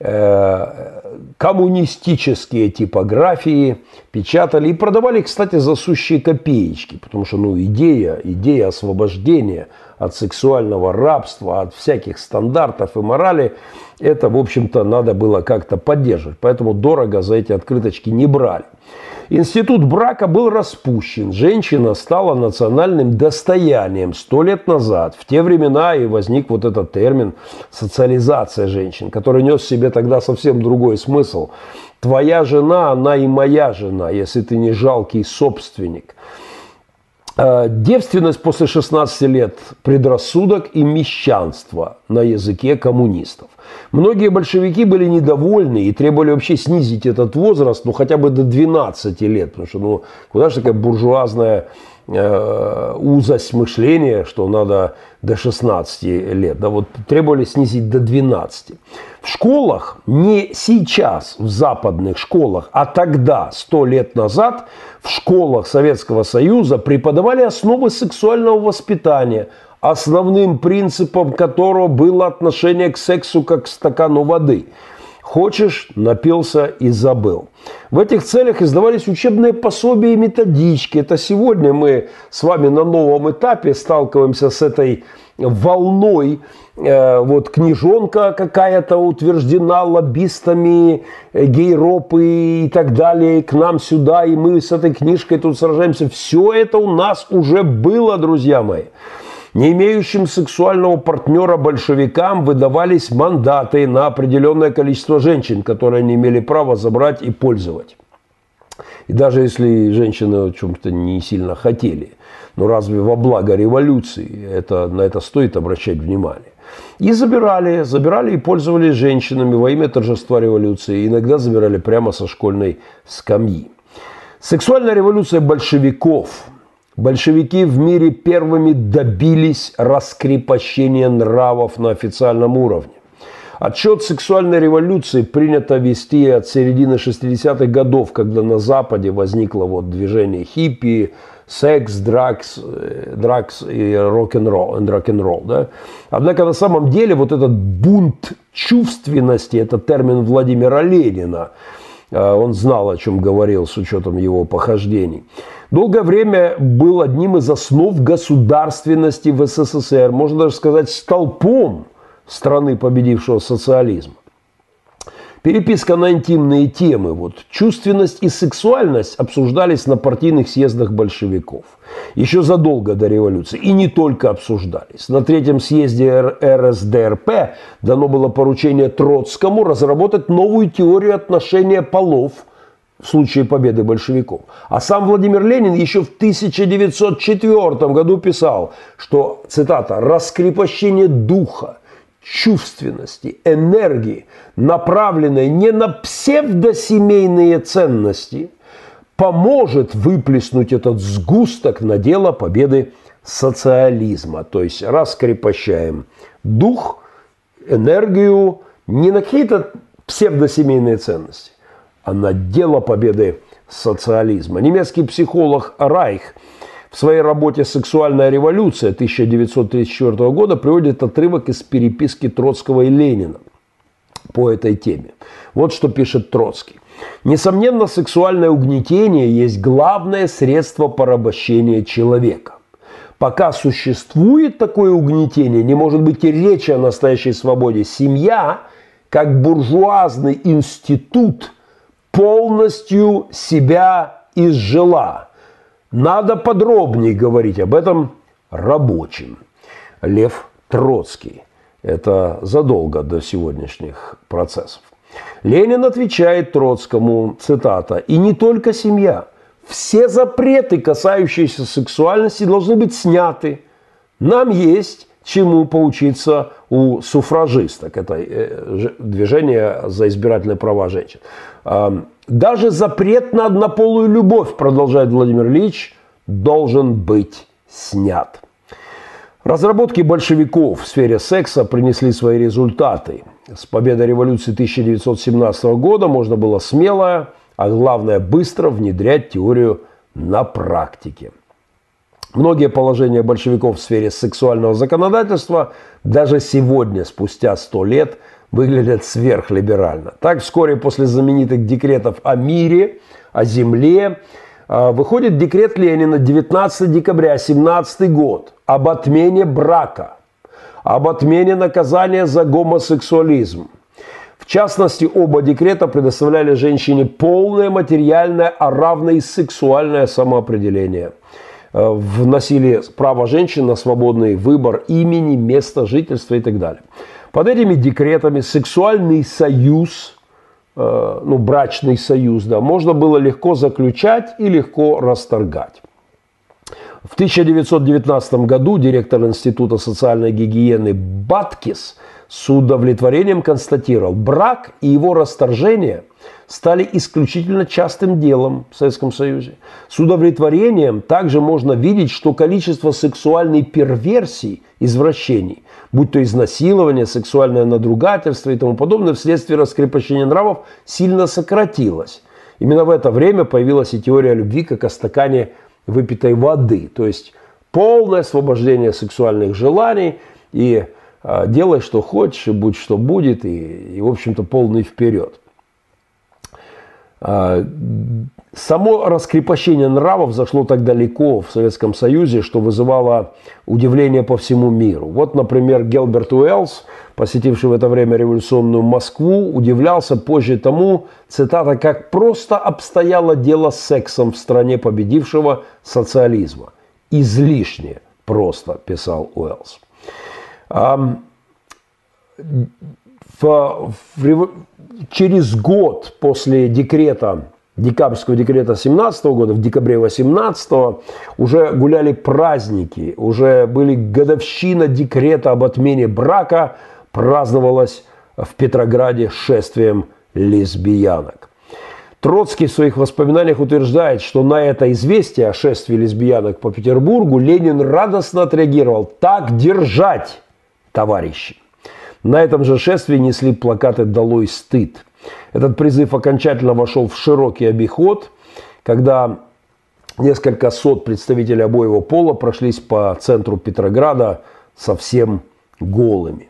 коммунистические типографии печатали и продавали, кстати, за сущие копеечки, потому что, ну, идея освобождения от сексуального рабства, от всяких стандартов и морали, это, в общем-то, надо было как-то поддерживать, поэтому дорого за эти открыточки не брали. Институт брака был распущен, женщина стала национальным достоянием 100 лет назад. В те времена и возник вот этот термин «социализация женщин», который нес в себе тогда совсем другой смысл. Твоя жена, она и моя жена, если ты не жалкий собственник. Девственность после 16 лет – предрассудок и мещанство на языке коммунистов. Многие большевики были недовольны и требовали вообще снизить этот возраст, ну хотя бы до 12 лет, потому что, ну, куда же такая буржуазная узость мышления, что надо до 16 лет, да, вот требовали снизить до 12. В школах, не сейчас в западных школах, а тогда, 100 лет назад, в школах Советского Союза преподавали основы сексуального воспитания, основным принципом которого было отношение к сексу как к стакану воды. Хочешь, напился и забыл. В этих целях издавались учебные пособия и методички. Это сегодня мы с вами на новом этапе сталкиваемся с этой волной. Вот книжонка какая-то утверждена лоббистами, гейропы и так далее, к нам сюда, и мы с этой книжкой тут сражаемся. Все это у нас уже было, друзья мои. Не имеющим сексуального партнера большевикам выдавались мандаты на определенное количество женщин, которые они имели право забрать и пользовать. И даже если женщины о чем-то не сильно хотели, но разве во благо революции на это стоит обращать внимание? И забирали и пользовались женщинами во имя торжества революции. И иногда забирали прямо со школьной скамьи. Сексуальная революция большевиков. Большевики в мире первыми добились раскрепощения нравов на официальном уровне. Отсчет сексуальной революции принято вести от середины 60-х годов, когда на Западе возникло вот движение хиппи, секс, драгс и рок-н-ролл. Да? Однако на самом деле вот этот бунт чувственности, это термин Владимира Ленина, он знал, о чем говорил с учетом его похождений. Долгое время был одним из основ государственности в СССР, можно даже сказать, столпом страны, победившего социализм. Переписка на интимные темы, вот, чувственность и сексуальность обсуждались на партийных съездах большевиков. Еще задолго до революции. И не только обсуждались. На третьем съезде РСДРП дано было поручение Троцкому разработать новую теорию отношения полов в случае победы большевиков. А сам Владимир Ленин еще в 1904 году писал, что, цитата, «раскрепощение духа, чувственности, энергии, направленной не на псевдосемейные ценности, поможет выплеснуть этот сгусток на дело победы социализма». То есть раскрепощаем дух, энергию не на какие-то псевдосемейные ценности, а на дело победы социализма. Немецкий психолог Райх в своей работе «Сексуальная революция» 1934 года приводит отрывок из переписки Троцкого и Ленина по этой теме. Вот что пишет Троцкий. «Несомненно, сексуальное угнетение есть главное средство порабощения человека. Пока существует такое угнетение, не может быть и речи о настоящей свободе. Семья, как буржуазный институт, полностью себя изжила. Надо подробнее говорить об этом рабочим». Лев Троцкий. Это задолго до сегодняшних процессов. Ленин отвечает Троцкому, цитата, «И не только семья. Все запреты, касающиеся сексуальности, должны быть сняты. Нам есть чему поучиться у суфражисток». Это движение за избирательные права женщин. «Даже запрет на однополую любовь, продолжает Владимир Ильич, должен быть снят». Разработки большевиков в сфере секса принесли свои результаты. С победой революции 1917 года можно было смело, а главное быстро внедрять теорию на практике. Многие положения большевиков в сфере сексуального законодательства даже сегодня, спустя 100 лет, выглядят сверхлиберально. Так, вскоре после знаменитых декретов о мире, о земле, выходит декрет Ленина 19 декабря 1917 год об отмене брака, об отмене наказания за гомосексуализм. В частности, оба декрета предоставляли женщине полное материальное, а равно и сексуальное самоопределение. Вносили право женщин на свободный выбор имени, места жительства и так далее. Под этими декретами сексуальный союз, брачный союз, да, можно было легко заключать и легко расторгать. В 1919 году директор Института социальной гигиены Баткис с удовлетворением констатировал, брак и его расторжение стали исключительно частым делом в Советском Союзе. С удовлетворением также можно видеть, что количество сексуальной перверсии, извращений, будь то изнасилование, сексуальное надругательство и тому подобное, вследствие раскрепощения нравов сильно сократилось. Именно в это время появилась и теория любви как о стакане выпитой воды. То есть полное освобождение сексуальных желаний и делай, что хочешь, и будь, что будет, и в общем-то, полный вперед. Само раскрепощение нравов зашло так далеко в Советском Союзе, что вызывало удивление по всему миру. Вот, например, Гелберт Уэллс, посетивший в это время революционную Москву, удивлялся позже тому, цитата, «как просто обстояло дело с сексом в стране победившего социализма». «Излишне просто», писал Уэллс. Через год после декабрьского декрета 17 года, в декабре 18 уже гуляли праздники, уже были годовщина декрета об отмене брака, праздновалась в Петрограде шествием лесбиянок. Троцкий в своих воспоминаниях утверждает, что на это известие о шествии лесбиянок по Петербургу Ленин радостно отреагировал: «Так держать, товарищи!». На этом же шествии несли плакаты «Долой стыд». Этот призыв окончательно вошел в широкий обиход, когда несколько сот представителей обоего пола прошлись по центру Петрограда совсем голыми.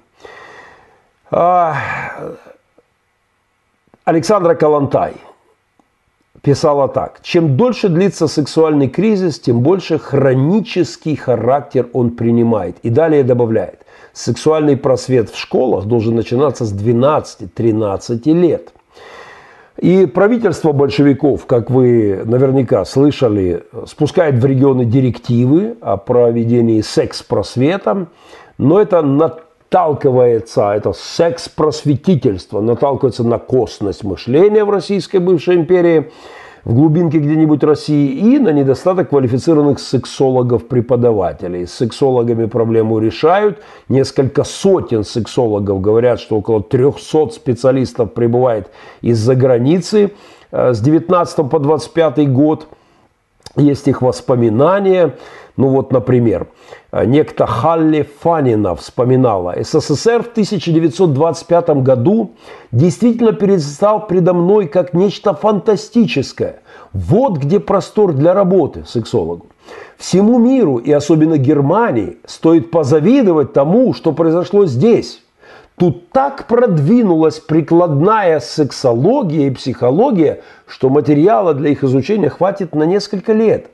Александра Калантай писала так: «Чем дольше длится сексуальный кризис, тем больше хронический характер он принимает». И далее добавляет: «Сексуальный просвет в школах должен начинаться с 12-13 лет». И правительство большевиков, как вы наверняка слышали, спускает в регионы директивы о проведении секс-просвета, но это наталкивается, это секс-просветительство наталкивается на косность мышления в российской бывшей империи, в глубинке где-нибудь России, и на недостаток квалифицированных сексологов-преподавателей. С сексологами проблему решают. Несколько сотен сексологов говорят, что около 300 специалистов прибывает из-за границы с 19 по 25 год. Есть их воспоминания. Ну вот, например, некто Халли Фанина вспоминала: «СССР в 1925 году действительно предстал предо мной как нечто фантастическое. Вот где простор для работы сексологу. Всему миру, и особенно Германии, стоит позавидовать тому, что произошло здесь. Тут так продвинулась прикладная сексология и психология, что материала для их изучения хватит на несколько лет».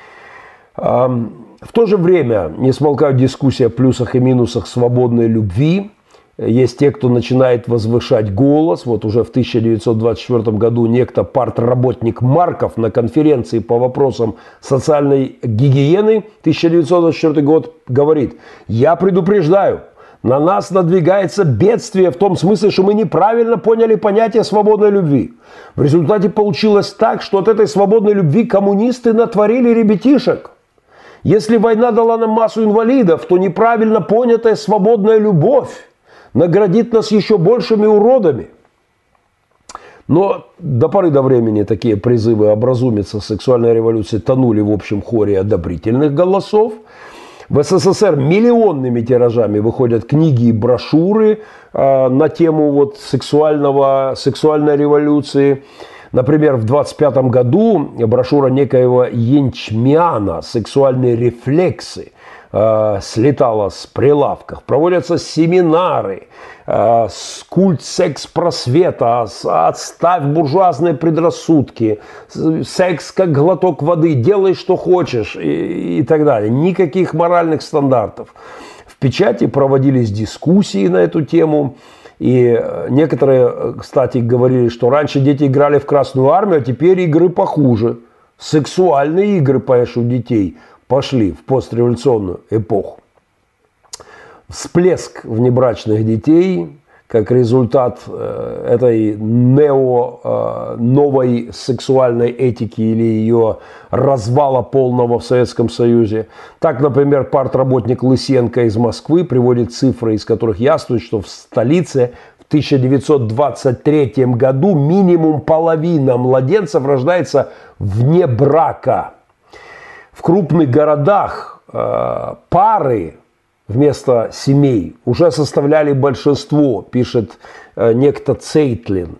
В то же время не смолкают дискуссии о плюсах и минусах свободной любви. Есть те, кто начинает возвышать голос. Вот уже в 1924 году некто партработник Марков на конференции по вопросам социальной гигиены 1924 год говорит: «Я предупреждаю, на нас надвигается бедствие в том смысле, что мы неправильно поняли понятие свободной любви. В результате получилось так, что от этой свободной любви коммунисты натворили ребятишек. Если война дала нам массу инвалидов, то неправильно понятая свободная любовь наградит нас еще большими уродами». Но до поры до времени такие призывы образумиться сексуальной революции тонули в общем хоре одобрительных голосов. В СССР миллионными тиражами выходят книги и брошюры на тему вот сексуальной революции. Например, в 1925 году брошюра некоего Янчмяна «Сексуальные рефлексы» слетала с прилавков. Проводятся семинары, культ секс-просвета, отставь буржуазные предрассудки, секс как глоток воды, делай что хочешь и так далее. Никаких моральных стандартов. В печати проводились дискуссии на эту тему. И некоторые, кстати, говорили, что раньше дети играли в Красную Армию, а теперь игры похуже. Сексуальные игры, понимаешь, у детей пошли в постреволюционную эпоху. Всплеск внебрачных детей как результат этой новой сексуальной этики или ее развала полного в Советском Союзе. Так, например, партработник Лысенко из Москвы приводит цифры, из которых ясно, что в столице в 1923 году минимум половина младенцев рождается вне брака. В крупных городах пары вместо семей уже составляли большинство, пишет некто Цейтлин.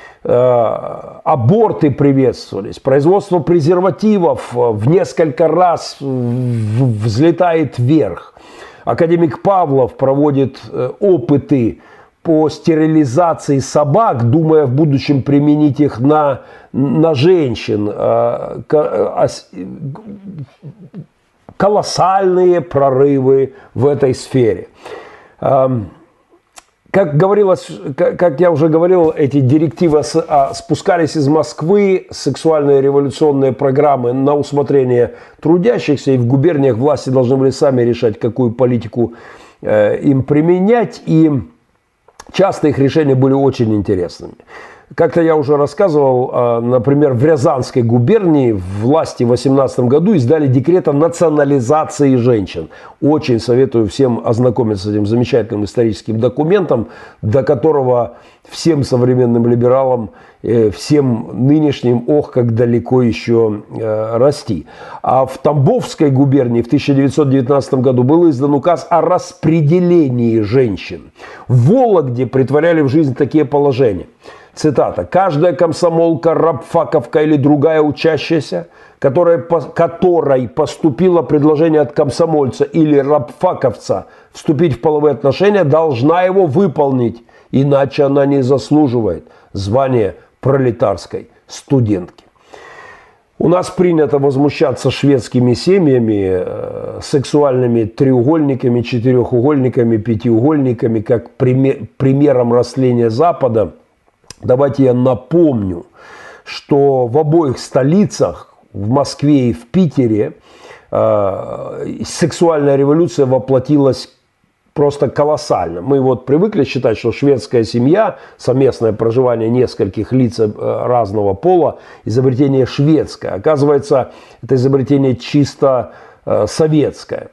Аборты приветствовались, производство презервативов в несколько раз взлетает вверх. Академик Павлов проводит опыты по стерилизации собак, думая в будущем применить их на женщин. Колоссальные прорывы в этой сфере. Как говорилось, как я уже говорил, эти директивы спускались из Москвы, сексуальные революционные программы на усмотрение трудящихся, и в губерниях власти должны были сами решать, какую политику им применять, и часто их решения были очень интересными. Как-то я уже рассказывал, например, в Рязанской губернии власти в 2018 году издали декрет о национализации женщин. Очень советую всем ознакомиться с этим замечательным историческим документом, до которого всем современным либералам, всем нынешним, ох, как далеко еще расти. А в Тамбовской губернии в 1919 году был издан указ о распределении женщин. В Вологде притворяли в жизнь такие положения. Цитата. «Каждая комсомолка, рабфаковка или другая учащаяся, которой поступило предложение от комсомольца или рабфаковца вступить в половые отношения, должна его выполнить, иначе она не заслуживает звания пролетарской студентки». У нас принято возмущаться шведскими семьями, сексуальными треугольниками, четырехугольниками, пятиугольниками, как примером растления Запада. Давайте я напомню, что в обоих столицах, в Москве и в Питере, сексуальная революция воплотилась просто колоссально. Мы вот привыкли считать, что шведская семья, совместное проживание нескольких лиц разного пола, изобретение шведское. Оказывается, это изобретение чисто советское.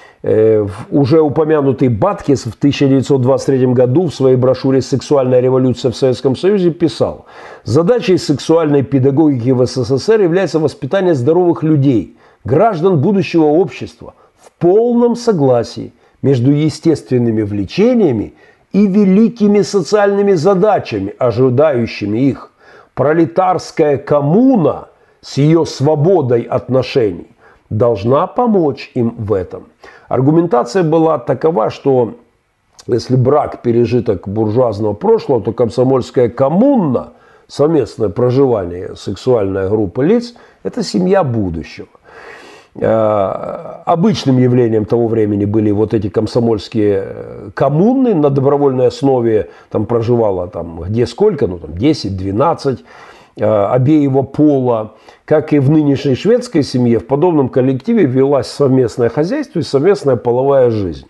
Уже упомянутый Баткис в 1923 году в своей брошюре «Сексуальная революция в Советском Союзе» писал: «Задачей сексуальной педагогики в СССР является воспитание здоровых людей, граждан будущего общества, в полном согласии между естественными влечениями и великими социальными задачами, ожидающими их. Пролетарская коммуна с ее свободой отношений должна помочь им в этом». Аргументация была такова, что если брак – пережиток буржуазного прошлого, то комсомольская коммуна, совместное проживание, сексуальная группа лиц – это семья будущего. Обычным явлением того времени были вот эти комсомольские коммуны на добровольной основе, там проживало там, где сколько, ну там 10-12 обеего пола. Как и в нынешней шведской семье, в подобном коллективе велась совместное хозяйство и совместная половая жизнь.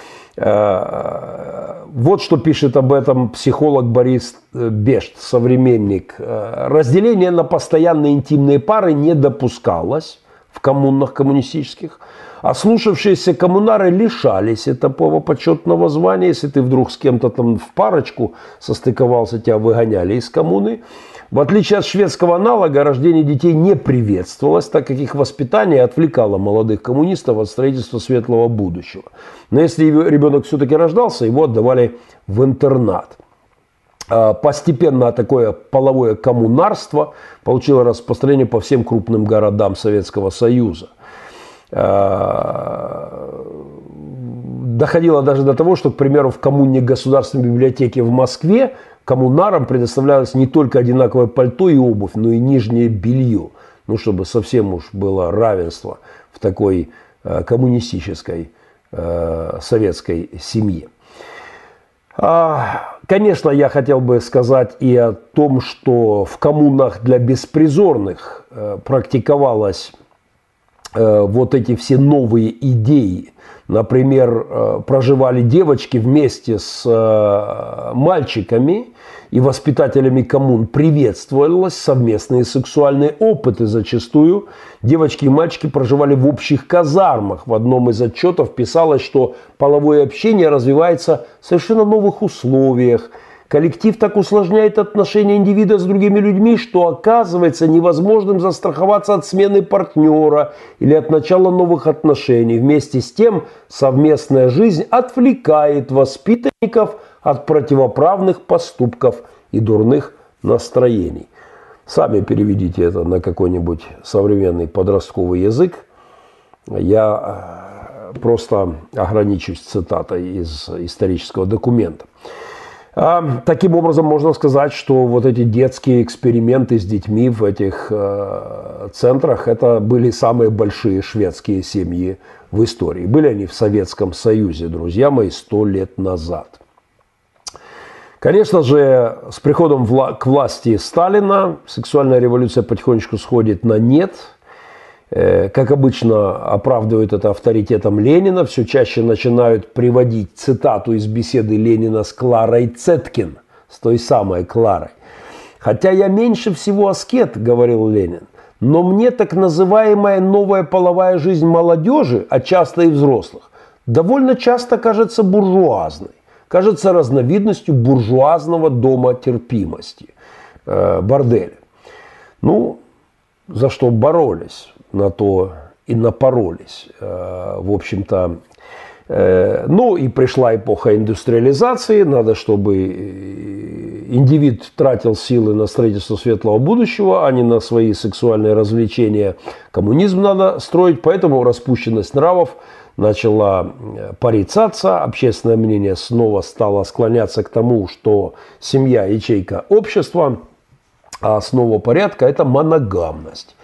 Вот что пишет об этом психолог Борис Бешт, современник. Разделение на постоянные интимные пары не допускалось в коммунах коммунистических, а слушавшиеся коммунары лишались этого почетного звания. Если ты вдруг с кем-то там в парочку состыковался, тебя выгоняли из коммуны. В отличие от шведского аналога, рождение детей не приветствовалось, так как их воспитание отвлекало молодых коммунистов от строительства светлого будущего. Но если ребенок все-таки рождался, его отдавали в интернат. Постепенно такое половое коммунарство получило распространение по всем крупным городам Советского Союза. Доходило даже до того, что, к примеру, в коммуне Государственной библиотеки в Москве коммунарам предоставлялось не только одинаковое пальто и обувь, но и нижнее белье. Ну, чтобы совсем уж было равенство в такой коммунистической советской семье. Конечно, я хотел бы сказать и о том, что в коммунах для беспризорных практиковалось вот эти все новые идеи. Например, проживали девочки вместе с мальчиками, и воспитателями коммун приветствовалось совместные сексуальные опыты. Зачастую девочки и мальчики проживали в общих казармах. В одном из отчетов писалось, что половое общение развивается в совершенно новых условиях. Коллектив так усложняет отношения индивида с другими людьми, что оказывается невозможным застраховаться от смены партнера или от начала новых отношений. Вместе с тем совместная жизнь отвлекает воспитанников от противоправных поступков и дурных настроений. Сами переведите это на какой-нибудь современный подростковый язык. Я просто ограничусь цитатой из исторического документа. Таким образом, можно сказать, что вот эти детские эксперименты с детьми в этих центрах, это были самые большие шведские семьи в истории. Были они в Советском Союзе, друзья мои, 100 лет назад. Конечно же, с приходом к власти Сталина сексуальная революция потихонечку сходит на нет. Как обычно, оправдывают это авторитетом Ленина. Все чаще начинают приводить цитату из беседы Ленина с Кларой Цеткин, с той самой Кларой. «Хотя я меньше всего аскет, — говорил Ленин, — но мне так называемая новая половая жизнь молодежи, а часто и взрослых, довольно часто кажется буржуазной, кажется разновидностью буржуазного дома терпимости, борделя». Ну, за что боролись, на то и напоролись. В общем-то, ну и пришла эпоха индустриализации, надо, чтобы индивид тратил силы на строительство светлого будущего, а не на свои сексуальные развлечения. Коммунизм надо строить, поэтому распущенность нравов начала порицаться, общественное мнение снова стало склоняться к тому, что семья – ячейка общества, а основа порядка – это моногамность.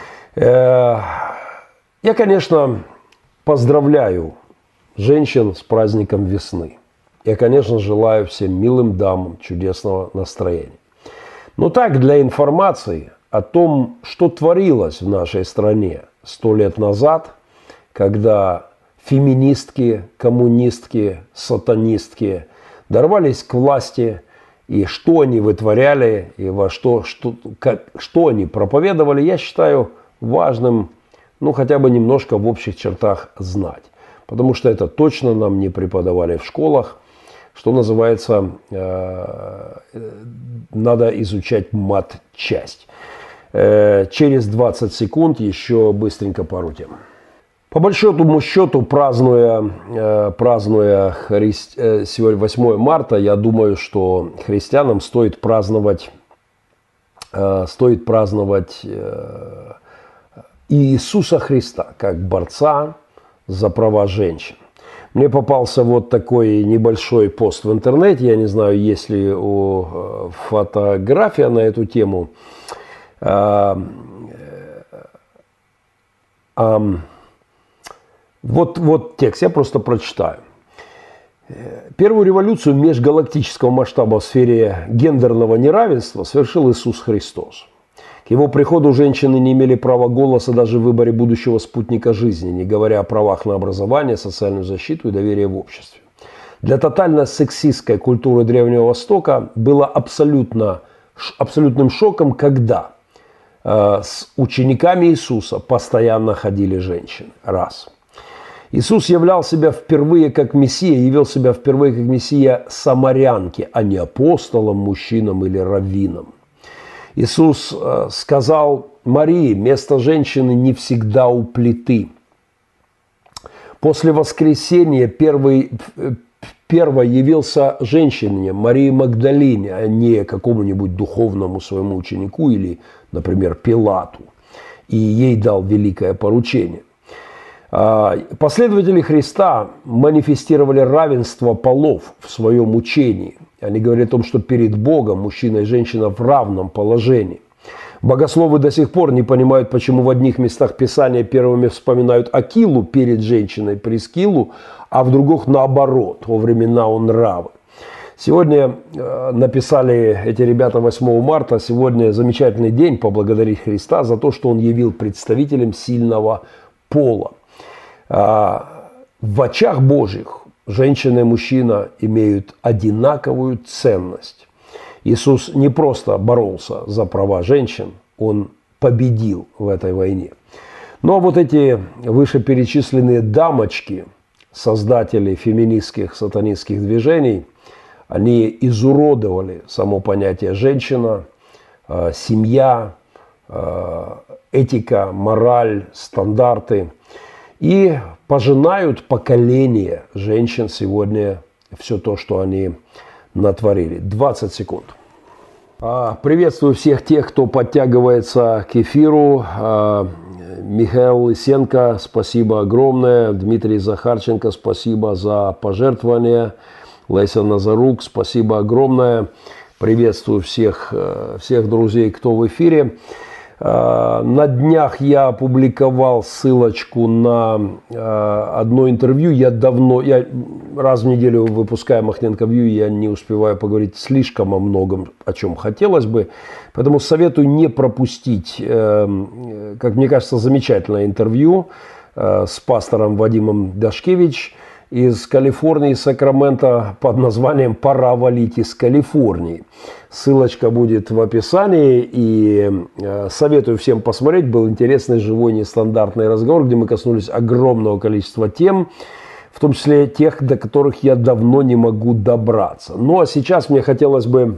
Я, конечно, поздравляю женщин с праздником весны. Я, конечно, желаю всем милым дамам чудесного настроения. Но так, для информации о том, что творилось в нашей стране 100 лет назад, когда феминистки, коммунистки, сатанистки дорвались к власти, и что они вытворяли, и что они проповедовали, я считаю важным, ну, хотя бы немножко в общих чертах знать. Потому что это точно нам не преподавали в школах. Что называется, надо изучать матчасть. Через 20 секунд еще быстренько пару тем. По большому счету, празднуя сегодня 8 марта, я думаю, что христианам стоит праздновать Иисуса Христа как борца за права женщин. Мне попался вот такой небольшой пост в интернете, я не знаю, есть ли фотография на эту тему. Вот текст, я просто прочитаю. Первую революцию межгалактического масштаба в сфере гендерного неравенства совершил Иисус Христос. К его приходу женщины не имели права голоса даже в выборе будущего спутника жизни, не говоря о правах на образование, социальную защиту и доверие в обществе. Для тотально сексистской культуры Древнего Востока было абсолютным шоком, когда с учениками Иисуса постоянно ходили женщины. Раз. Иисус явил себя впервые как Мессия самарянки, а не апостолом, мужчинам или раввинам. Иисус сказал Марии: место женщины не всегда у плиты. После воскресения первый явился женщине, Марии Магдалине, а не какому-нибудь духовному своему ученику или, например, Пилату. И ей дал великое поручение. Последователи Христа манифестировали равенство полов в своем учении. Они говорят о том, что перед Богом мужчина и женщина в равном положении. Богословы до сих пор не понимают, почему в одних местах Писания первыми вспоминают Акилу перед женщиной Прискилу, а в других наоборот, во времена нравы. Сегодня написали эти ребята 8 марта, сегодня замечательный день поблагодарить Христа за то, что Он явил представителям сильного пола. В очах Божьих женщина и мужчина имеют одинаковую ценность. Иисус не просто боролся за права женщин, Он победил в этой войне. Но вот эти вышеперечисленные дамочки, создатели феминистских, сатанистских движений, они изуродовали само понятие женщина, семья, этика, мораль, стандарты. И пожинают поколение женщин сегодня все то, что они натворили. 20 секунд. Приветствую всех тех, кто подтягивается к эфиру. Михаил Лысенко, спасибо огромное. Дмитрий Захарченко, спасибо за пожертвования. Леся Назарук, спасибо огромное. Приветствую всех друзей, кто в эфире. На днях я опубликовал ссылочку на одно интервью. Я раз в неделю выпускаю Махненко Вью, я не успеваю поговорить слишком о многом, о чем хотелось бы. Поэтому советую не пропустить, как мне кажется, замечательное интервью с пастором Вадимом Дашкевич из Калифорнии, Сакраменто, под названием «Пора валить из Калифорнии». Ссылочка будет в описании, и советую всем посмотреть. Был интересный, живой, нестандартный разговор, где мы коснулись огромного количества тем, в том числе тех, до которых я давно не могу добраться. Ну а сейчас мне хотелось бы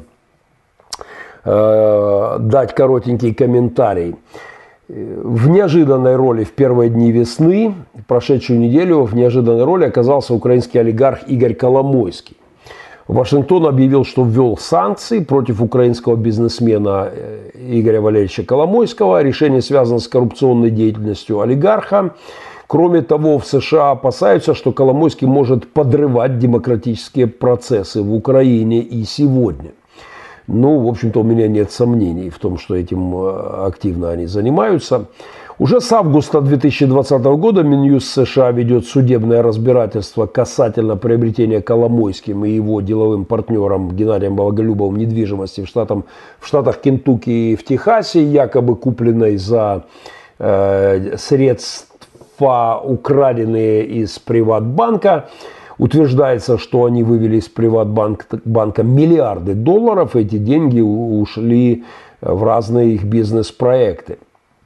дать коротенький комментарий. В неожиданной роли в первые дни весны, прошедшую неделю, в неожиданной роли оказался украинский олигарх Игорь Коломойский. Вашингтон объявил, что ввел санкции против украинского бизнесмена Игоря Валерьевича Коломойского. Решение связано с коррупционной деятельностью олигарха. Кроме того, в США опасаются, что Коломойский может подрывать демократические процессы в Украине и сегодня. Ну, в общем-то, у меня нет сомнений в том, что этим активно они занимаются. Уже с августа 2020 года Минюст США ведет судебное разбирательство касательно приобретения Коломойским и его деловым партнером Геннадием Боголюбовым недвижимости в штатах Кентукки и в Техасе, якобы купленной за средства, украденные из Приватбанка. Утверждается, что они вывели из Приватбанка миллиарды долларов. Эти деньги ушли в разные их бизнес-проекты.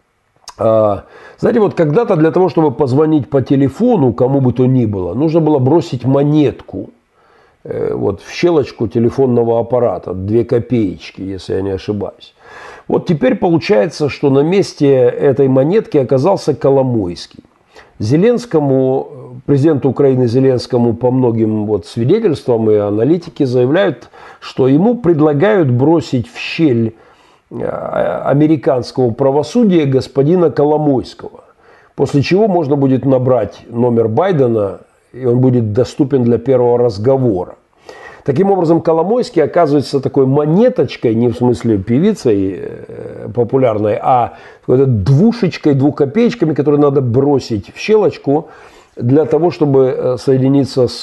Знаете, вот когда-то для того, чтобы позвонить по телефону, кому бы то ни было, нужно было бросить монетку вот в щелочку телефонного аппарата, 2 копеечки, если я не ошибаюсь. Вот теперь получается, что на месте этой монетки оказался Коломойский. Зеленскому, президенту Украины Зеленскому, по многим вот свидетельствам, и аналитики заявляют, что ему предлагают бросить в щель американского правосудия господина Коломойского. После чего можно будет набрать номер Байдена, и он будет доступен для первого разговора. Таким образом, Коломойский оказывается такой монеточкой, не в смысле певицей популярной, а двушечкой, 2 копеечками, которые надо бросить в щелочку для того, чтобы соединиться с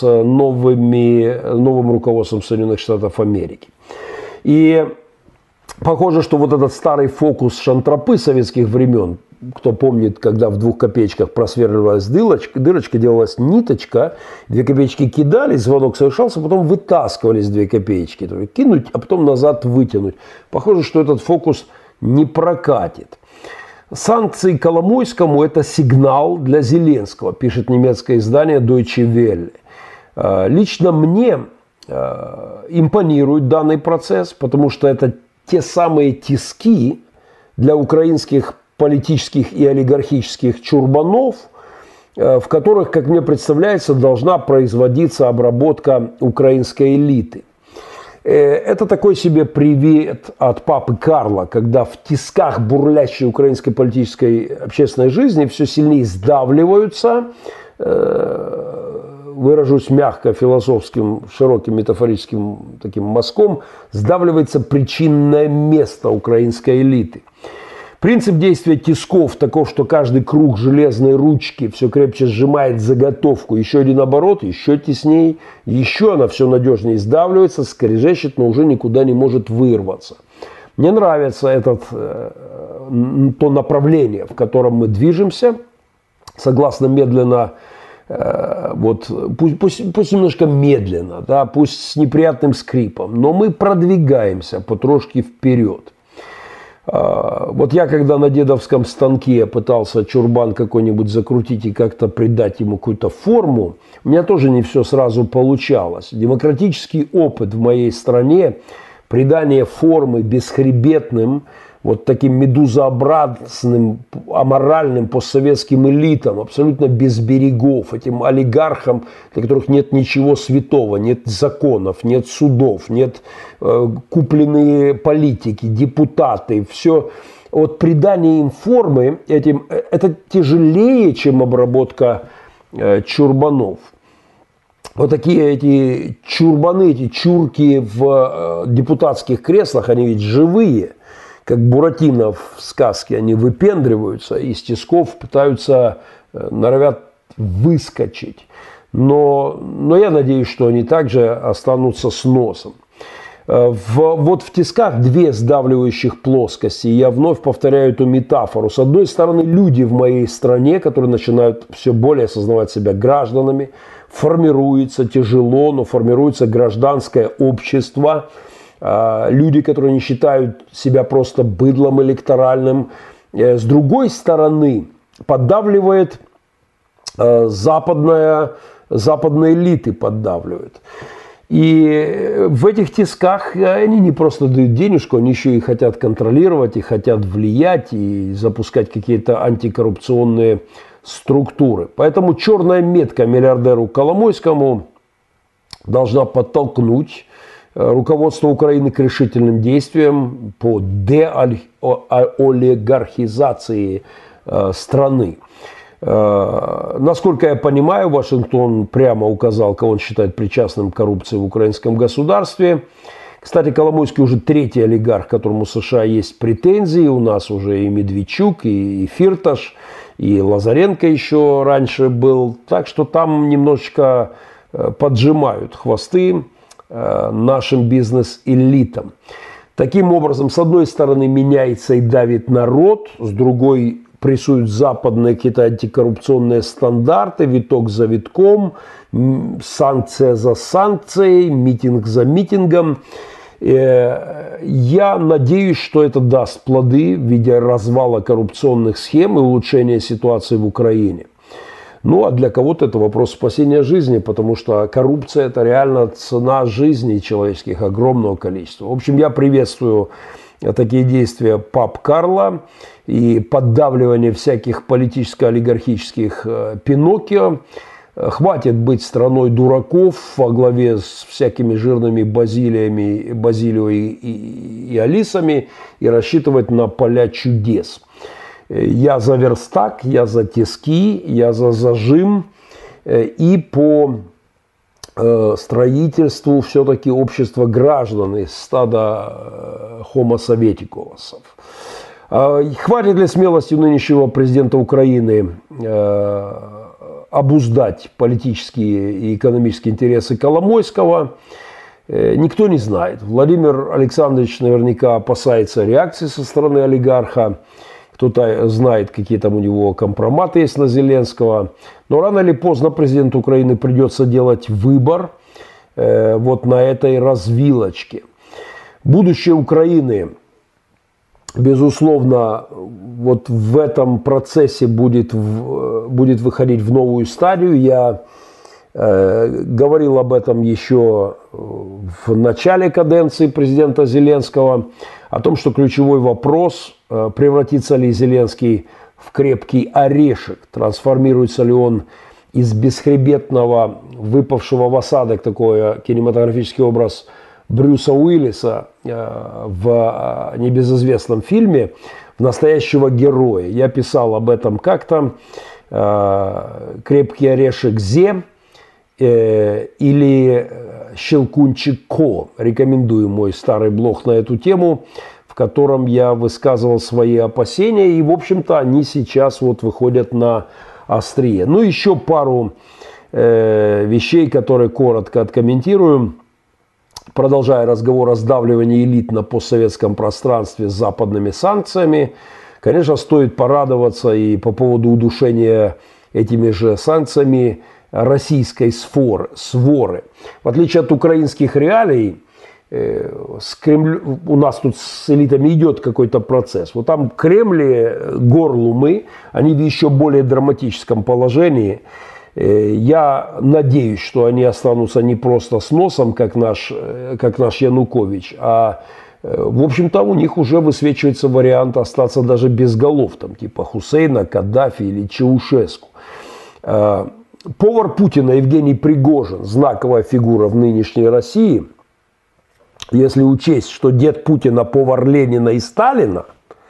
новым руководством Соединенных Штатов Америки. И похоже, что вот этот старый фокус шантропы советских времен, кто помнит, когда в 2 копеечках просверливалась дырочка, делалась ниточка, 2 копеечки кидались, звонок совершался, потом вытаскивались 2 копеечки. Кинуть, а потом назад вытянуть. Похоже, что этот фокус не прокатит. Санкции Коломойскому – это сигнал для Зеленского, пишет немецкое издание Deutsche Welle. Лично мне импонирует данный процесс, потому что это те самые тиски для украинских политических и олигархических чурбанов, в которых, как мне представляется, должна производиться обработка украинской элиты. Это такой себе привет от папы Карла, когда в тисках бурлящей украинской политической общественной жизни все сильнее сдавливаются, выражусь мягко, философским, широким метафорическим таким мазком, сдавливается причинное место украинской элиты. Принцип действия тисков таков, что каждый круг железной ручки все крепче сжимает заготовку. Еще один оборот, еще теснее, еще она все надежнее сдавливается, скрежещет, но уже никуда не может вырваться. Мне нравится то направление, в котором мы движемся, согласно медленно, пусть немножко медленно, да, пусть с неприятным скрипом, но мы продвигаемся потрошки вперед. Вот я, когда на дедовском станке пытался чурбан какой-нибудь закрутить и как-то придать ему какую-то форму, у меня тоже не все сразу получалось. Демократический опыт в моей стране, придание формы бесхребетным, вот таким медузообразным, аморальным постсоветским элитам, абсолютно без берегов, этим олигархам, для которых нет ничего святого, нет законов, нет судов, нет купленные политики, депутаты, все от придания им формы этим, это тяжелее, чем обработка чурбанов. Вот такие эти чурбаны, эти чурки в депутатских креслах, они ведь живые, как Буратино в сказке, они выпендриваются, из тисков пытаются, норовят выскочить. Но я надеюсь, что они также останутся с носом. Вот в тисках две сдавливающих плоскости. Я вновь повторяю эту метафору. С одной стороны, люди в моей стране, которые начинают все более осознавать себя гражданами, формируется тяжело, но формируется гражданское общество. Люди, которые не считают себя просто быдлом электоральным. С другой стороны, поддавливает западные элиты поддавливают. И в этих тисках они не просто дают денежку, они еще и хотят контролировать, и хотят влиять, и запускать какие-то антикоррупционные структуры. Поэтому черная метка миллиардеру Коломойскому должна подтолкнуть руководство Украины к решительным действиям по деолигархизации страны. Насколько я понимаю, Вашингтон прямо указал, кого он считает причастным к коррупции в украинском государстве. Кстати, Коломойский уже третий олигарх, к которому США есть претензии. У нас уже и Медведчук, и Фирташ, и Лазаренко еще раньше был. Так что там немножечко поджимают хвосты нашим бизнес-элитам. Таким образом, с одной стороны, меняется и давит народ, с другой прессуют западные какие-то антикоррупционные стандарты, виток за витком, санкция за санкцией, митинг за митингом. Я надеюсь, что это даст плоды в виде развала коррупционных схем и улучшения ситуации в Украине. Ну, а для кого-то это вопрос спасения жизни, потому что коррупция – это реально цена жизни человеческих, огромного количества. В общем, я приветствую такие действия пап Карла и поддавливание всяких политическо-олигархических Пиноккио. Хватит быть страной дураков во главе с всякими жирными Базилио и Алисами и рассчитывать на поля чудес. Я за верстак, я за тиски, я за зажим и по строительству все-таки общества граждан из стада Homo Советикосов. Хватит ли смелости у нынешнего президента Украины обуздать политические и экономические интересы Коломойского? Никто не знает. Владимир Александрович наверняка опасается реакции со стороны олигарха. Кто-то знает, какие там у него компроматы есть на Зеленского. Но рано или поздно президенту Украины придется делать выбор вот на этой развилочке. Будущее Украины, безусловно, вот в этом процессе будет выходить в новую стадию. Я говорил об этом еще в начале каденции президента Зеленского, о том, что ключевой вопрос, превратится ли Зеленский в крепкий орешек, трансформируется ли он из бесхребетного, выпавшего в осадок, такой кинематографический образ Брюса Уиллиса в небезызвестном фильме, в настоящего героя. Я писал об этом как-то. «Крепкий орешек Зе» или «Щелкунчик Ко». Рекомендую мой старый блог на эту тему, в котором я высказывал свои опасения. И, в общем-то, они сейчас вот выходят на острие. Ну, еще пару вещей, которые коротко откомментирую. Продолжая разговор о сдавливании элит на постсоветском пространстве с западными санкциями, конечно, стоит порадоваться и по поводу удушения этими же санкциями российской своры. В отличие от украинских реалий, у нас тут с элитами идет какой-то процесс. Вот там Кремль, горлумы, они в еще более драматическом положении. Я надеюсь, что они останутся не просто с носом, как наш Янукович, а в общем-то у них уже высвечивается вариант остаться даже без голов, там, типа Хусейна, Каддафи или Чаушеску. Повар Путина Евгений Пригожин, знаковая фигура в нынешней России. Если учесть, что дед Путина повар Ленина и Сталина,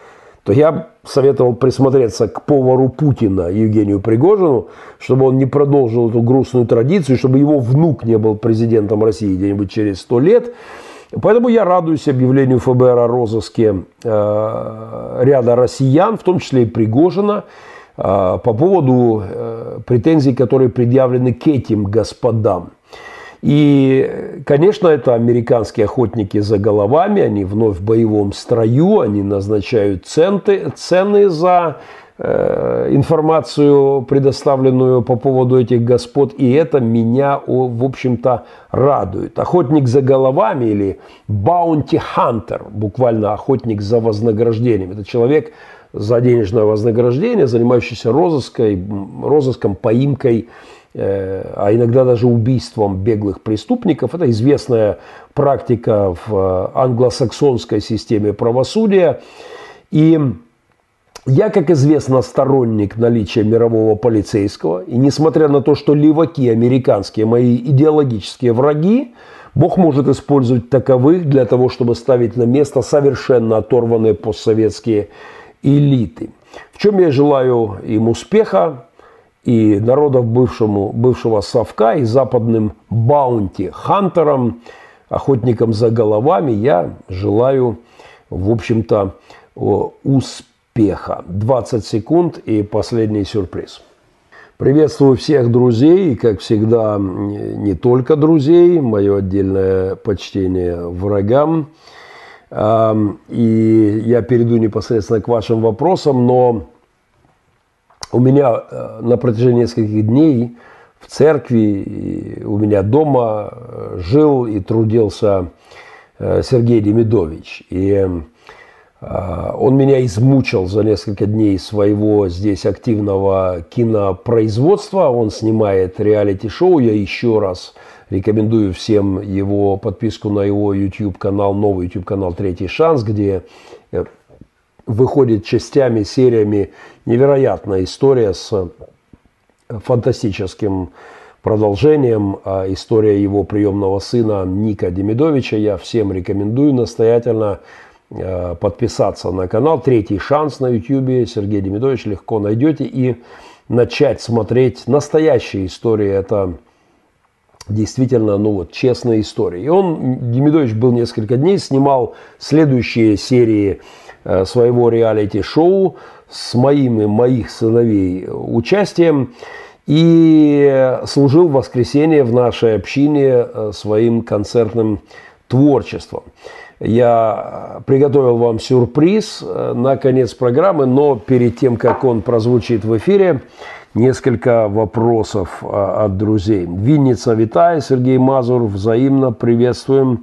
то я советовал присмотреться к повару Путина Евгению Пригожину, чтобы он не продолжил эту грустную традицию, чтобы его внук не был президентом России где-нибудь через 100 лет. Поэтому я радуюсь объявлению ФБР о розыске ряда россиян, в том числе и Пригожина, по поводу претензий, которые предъявлены к этим господам. И, конечно, это американские охотники за головами, они вновь в боевом строю, они назначают цены за информацию, предоставленную по поводу этих господ, и это меня, в общем-то, радует. Охотник за головами или bounty hunter, буквально охотник за вознаграждением, это человек за денежное вознаграждение, занимающийся розыском, поимкой, а иногда даже убийством беглых преступников. Это известная практика в англосаксонской системе правосудия. И я, как известно, сторонник наличия мирового полицейского. И несмотря на то, что леваки американские мои идеологические враги, Бог может использовать таковых для того, чтобы ставить на место совершенно оторванные постсоветские элиты. В чем я желаю им успеха. И народов бывшего совка, и западным баунти-хантерам, охотникам за головами я желаю, в общем-то, успеха. 20 секунд и последний сюрприз. Приветствую всех друзей, и, как всегда, не только друзей, мое отдельное почтение врагам. И я перейду непосредственно к вашим вопросам, но у меня на протяжении нескольких дней в церкви, у меня дома жил и трудился Сергей Демидович. И он меня измучил за несколько дней своего здесь активного кинопроизводства. Он снимает реалити-шоу. Я еще раз рекомендую всем его подписку на его YouTube-канал, новый YouTube-канал «Третий шанс», где выходит частями, сериями невероятная история с фантастическим продолжением. История его приемного сына Ника Демидовича. Я всем рекомендую настоятельно подписаться на канал «Третий шанс» на YouTube. Сергей Демидович легко найдете и начать смотреть настоящие истории. Это действительно, честная история. И Демидович был несколько дней, снимал следующие серии своего реалити-шоу с моим и моих сыновей участием и служил в воскресенье в нашей общине своим концертным творчеством. Я приготовил вам сюрприз на конец программы, но перед тем, как он прозвучит в эфире, несколько вопросов от друзей. Винница, витаю, Сергей Мазур, взаимно приветствуем.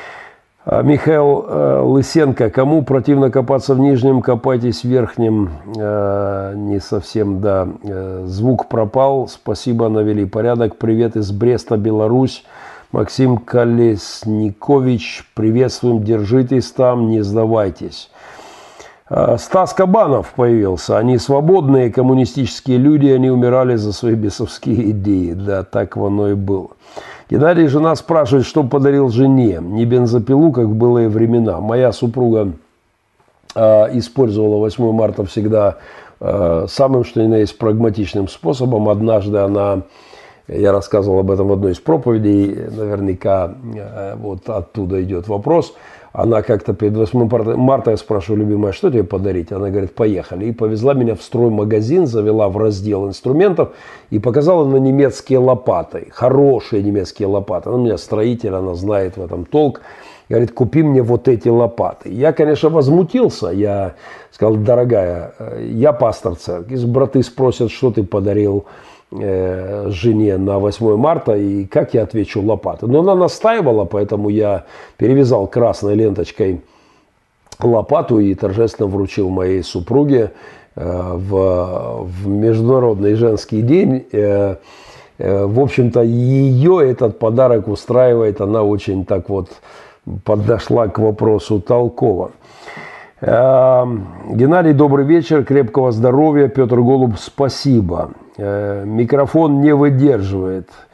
Михаил Лысенко, кому противно копаться в нижнем, копайтесь в верхнем. Не совсем, да. Звук пропал, спасибо, навели порядок. Привет из Бреста, Беларусь. Максим Колесникович, приветствуем, держитесь там, не сдавайтесь. Стас Кабанов появился. Они свободные коммунистические люди, они умирали за свои бесовские идеи. Да, так оно и было. Геннадий, жена спрашивает, что подарил жене. Не бензопилу, как в былые времена. Моя супруга использовала 8 марта всегда самым, что ни на есть, прагматичным способом. Однажды я рассказывал об этом в одной из проповедей, наверняка вот оттуда идет вопрос. Она как-то перед 8 марта, я спрашиваю, любимая, что тебе подарить? Она говорит, поехали. И повезла меня в строймагазин, завела в раздел инструментов и показала на немецкие лопаты. Хорошие немецкие лопаты. Она у меня строитель, она знает в этом толк. Говорит, купи мне вот эти лопаты. Я, конечно, возмутился. Я сказал, дорогая, я пастор церкви. Браты спросят, что ты подарил жене на 8 марта, и как я отвечу, лопаты. Но она настаивала, поэтому я перевязал красной ленточкой лопату и торжественно вручил моей супруге в Международный женский день. В общем-то, ее этот подарок устраивает, она очень так вот подошла к вопросу толково. Геннадий, добрый вечер, крепкого здоровья. Петр Голуб, спасибо. Микрофон не выдерживает.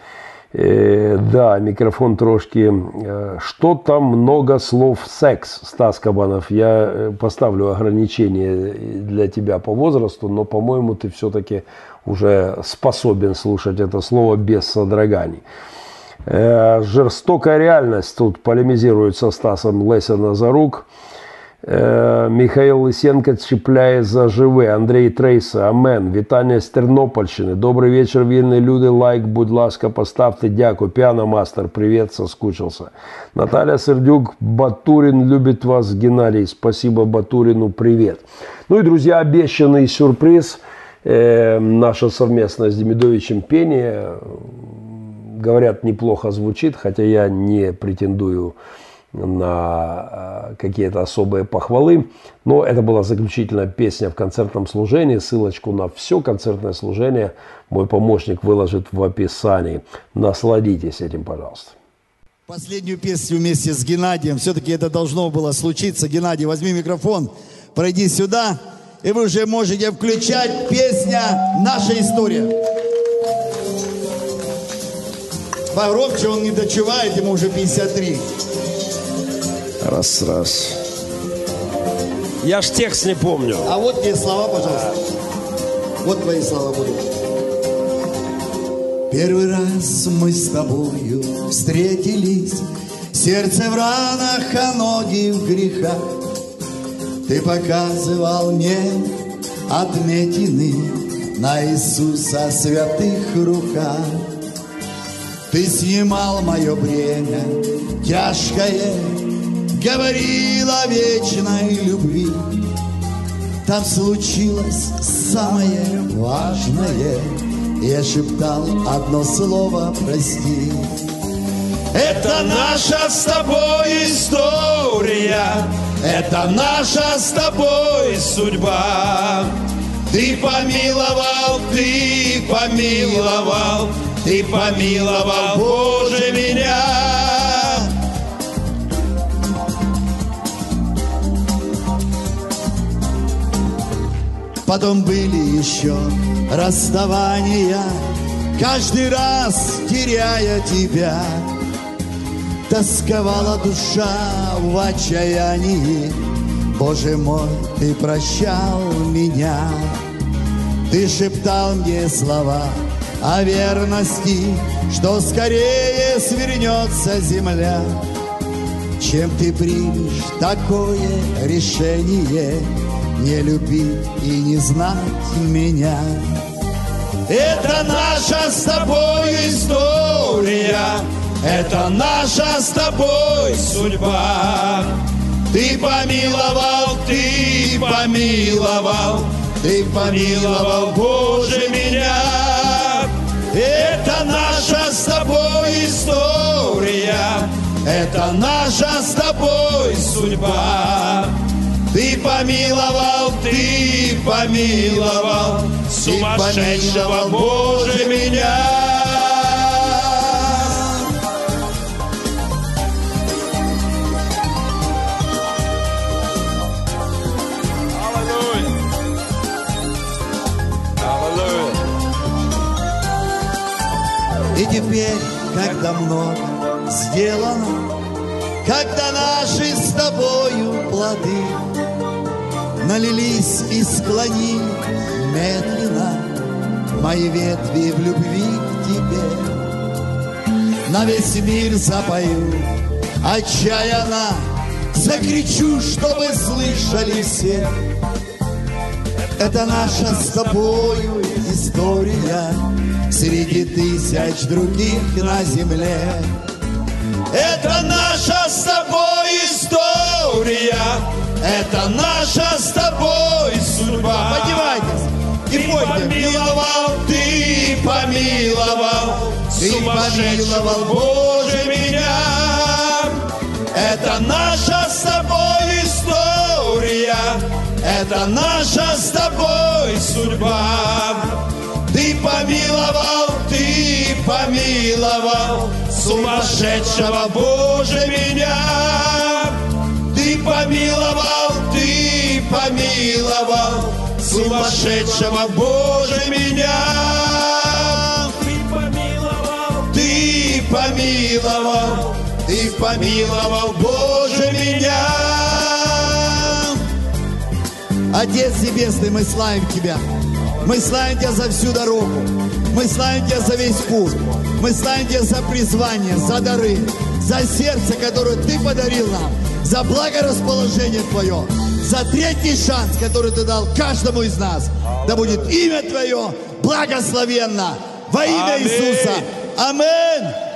Да, микрофон трошки. Что там много слов секс, Стас Кабанов? Я поставлю ограничение для тебя по возрасту, но, по-моему, ты все-таки уже способен слушать это слово без содроганий. Жестокая реальность. Тут полемизирует со Стасом Леся Назарук. Михаил Лисенко чіпляє за живе. Андрій Трейса, амен. Вітання з Тернопільщини. Добрий вечір, вільні люди. Лайк, будь ласка, поставте. Дякую. Піано Мастер, привет, соскучился. Наталья Сердюк, Батурин любит вас. Геннадий, спасибо Батурину, привет. Ну и, друзья, обещанный сюрприз. Наше совместное с Демидовичем пение. Говорят, неплохо звучит, хотя я не претендую на какие-то особые похвалы. Но это была заключительная песня в концертном служении. Ссылочку на все концертное служение мой помощник выложит в описании. Насладитесь этим, пожалуйста. Последнюю песню вместе с Геннадием. Все-таки это должно было случиться. Геннадий, возьми микрофон, пройди сюда, и вы уже можете включать песня «Наша история». Погромче, он не дочувает, ему уже 53. Раз. Я ж текст не помню. А вот тебе слова, пожалуйста. Вот твои слова будут. Первый раз мы с тобою встретились, сердце в ранах, а ноги в грехах. Ты показывал мне отметины на Иисуса святых руках. Ты снимал мое бремя тяжкое, говорил о вечной любви. Там случилось самое важное. Я шептал одно слово «прости». Это наша с тобой история, это наша с тобой судьба. Ты помиловал, ты помиловал, ты помиловал, Боже, меня. Потом были еще расставания, каждый раз теряя тебя. Тосковала душа в отчаянии. Боже мой, ты прощал меня. Ты шептал мне слова о верности, что скорее свернется земля, чем ты примешь такое решение, не любить и не знать меня. Это наша с тобой история, это наша с тобой судьба. Ты помиловал, ты помиловал, ты помиловал, Боже, меня. Это наша с тобой история, это наша с тобой судьба. Ты помиловал, сумасшедшего, Боже, меня. И теперь, когда много сделано, когда наши с тобою плоды налились и склонили медленно мои ветви в любви к тебе, на весь мир запою отчаянно, закричу, чтобы слышали все. Это наша с тобою история среди тысяч других на земле. Это наша с тобой история, это наша с тобой судьба. Поднимайтесь и пойте. Ты помиловал, ты помиловал, Боже, меня. Это наша с тобой история, это наша с тобой судьба. Ты помиловал, сумасшедшего, Боже, меня. Ты помиловал, сумасшедшего, Боже, меня. Ты помиловал, Боже, меня. Отец Небесный, мы славим Тебя. Мы славим Тебя за всю дорогу. Мы славим Тебя за весь путь. Мы славим Тебя за призвание, за дары, за сердце, которое Ты подарил нам, за благорасположение Твое, за третий шанс, который Ты дал каждому из нас. Да будет имя Твое благословенно во имя Иисуса. Аминь.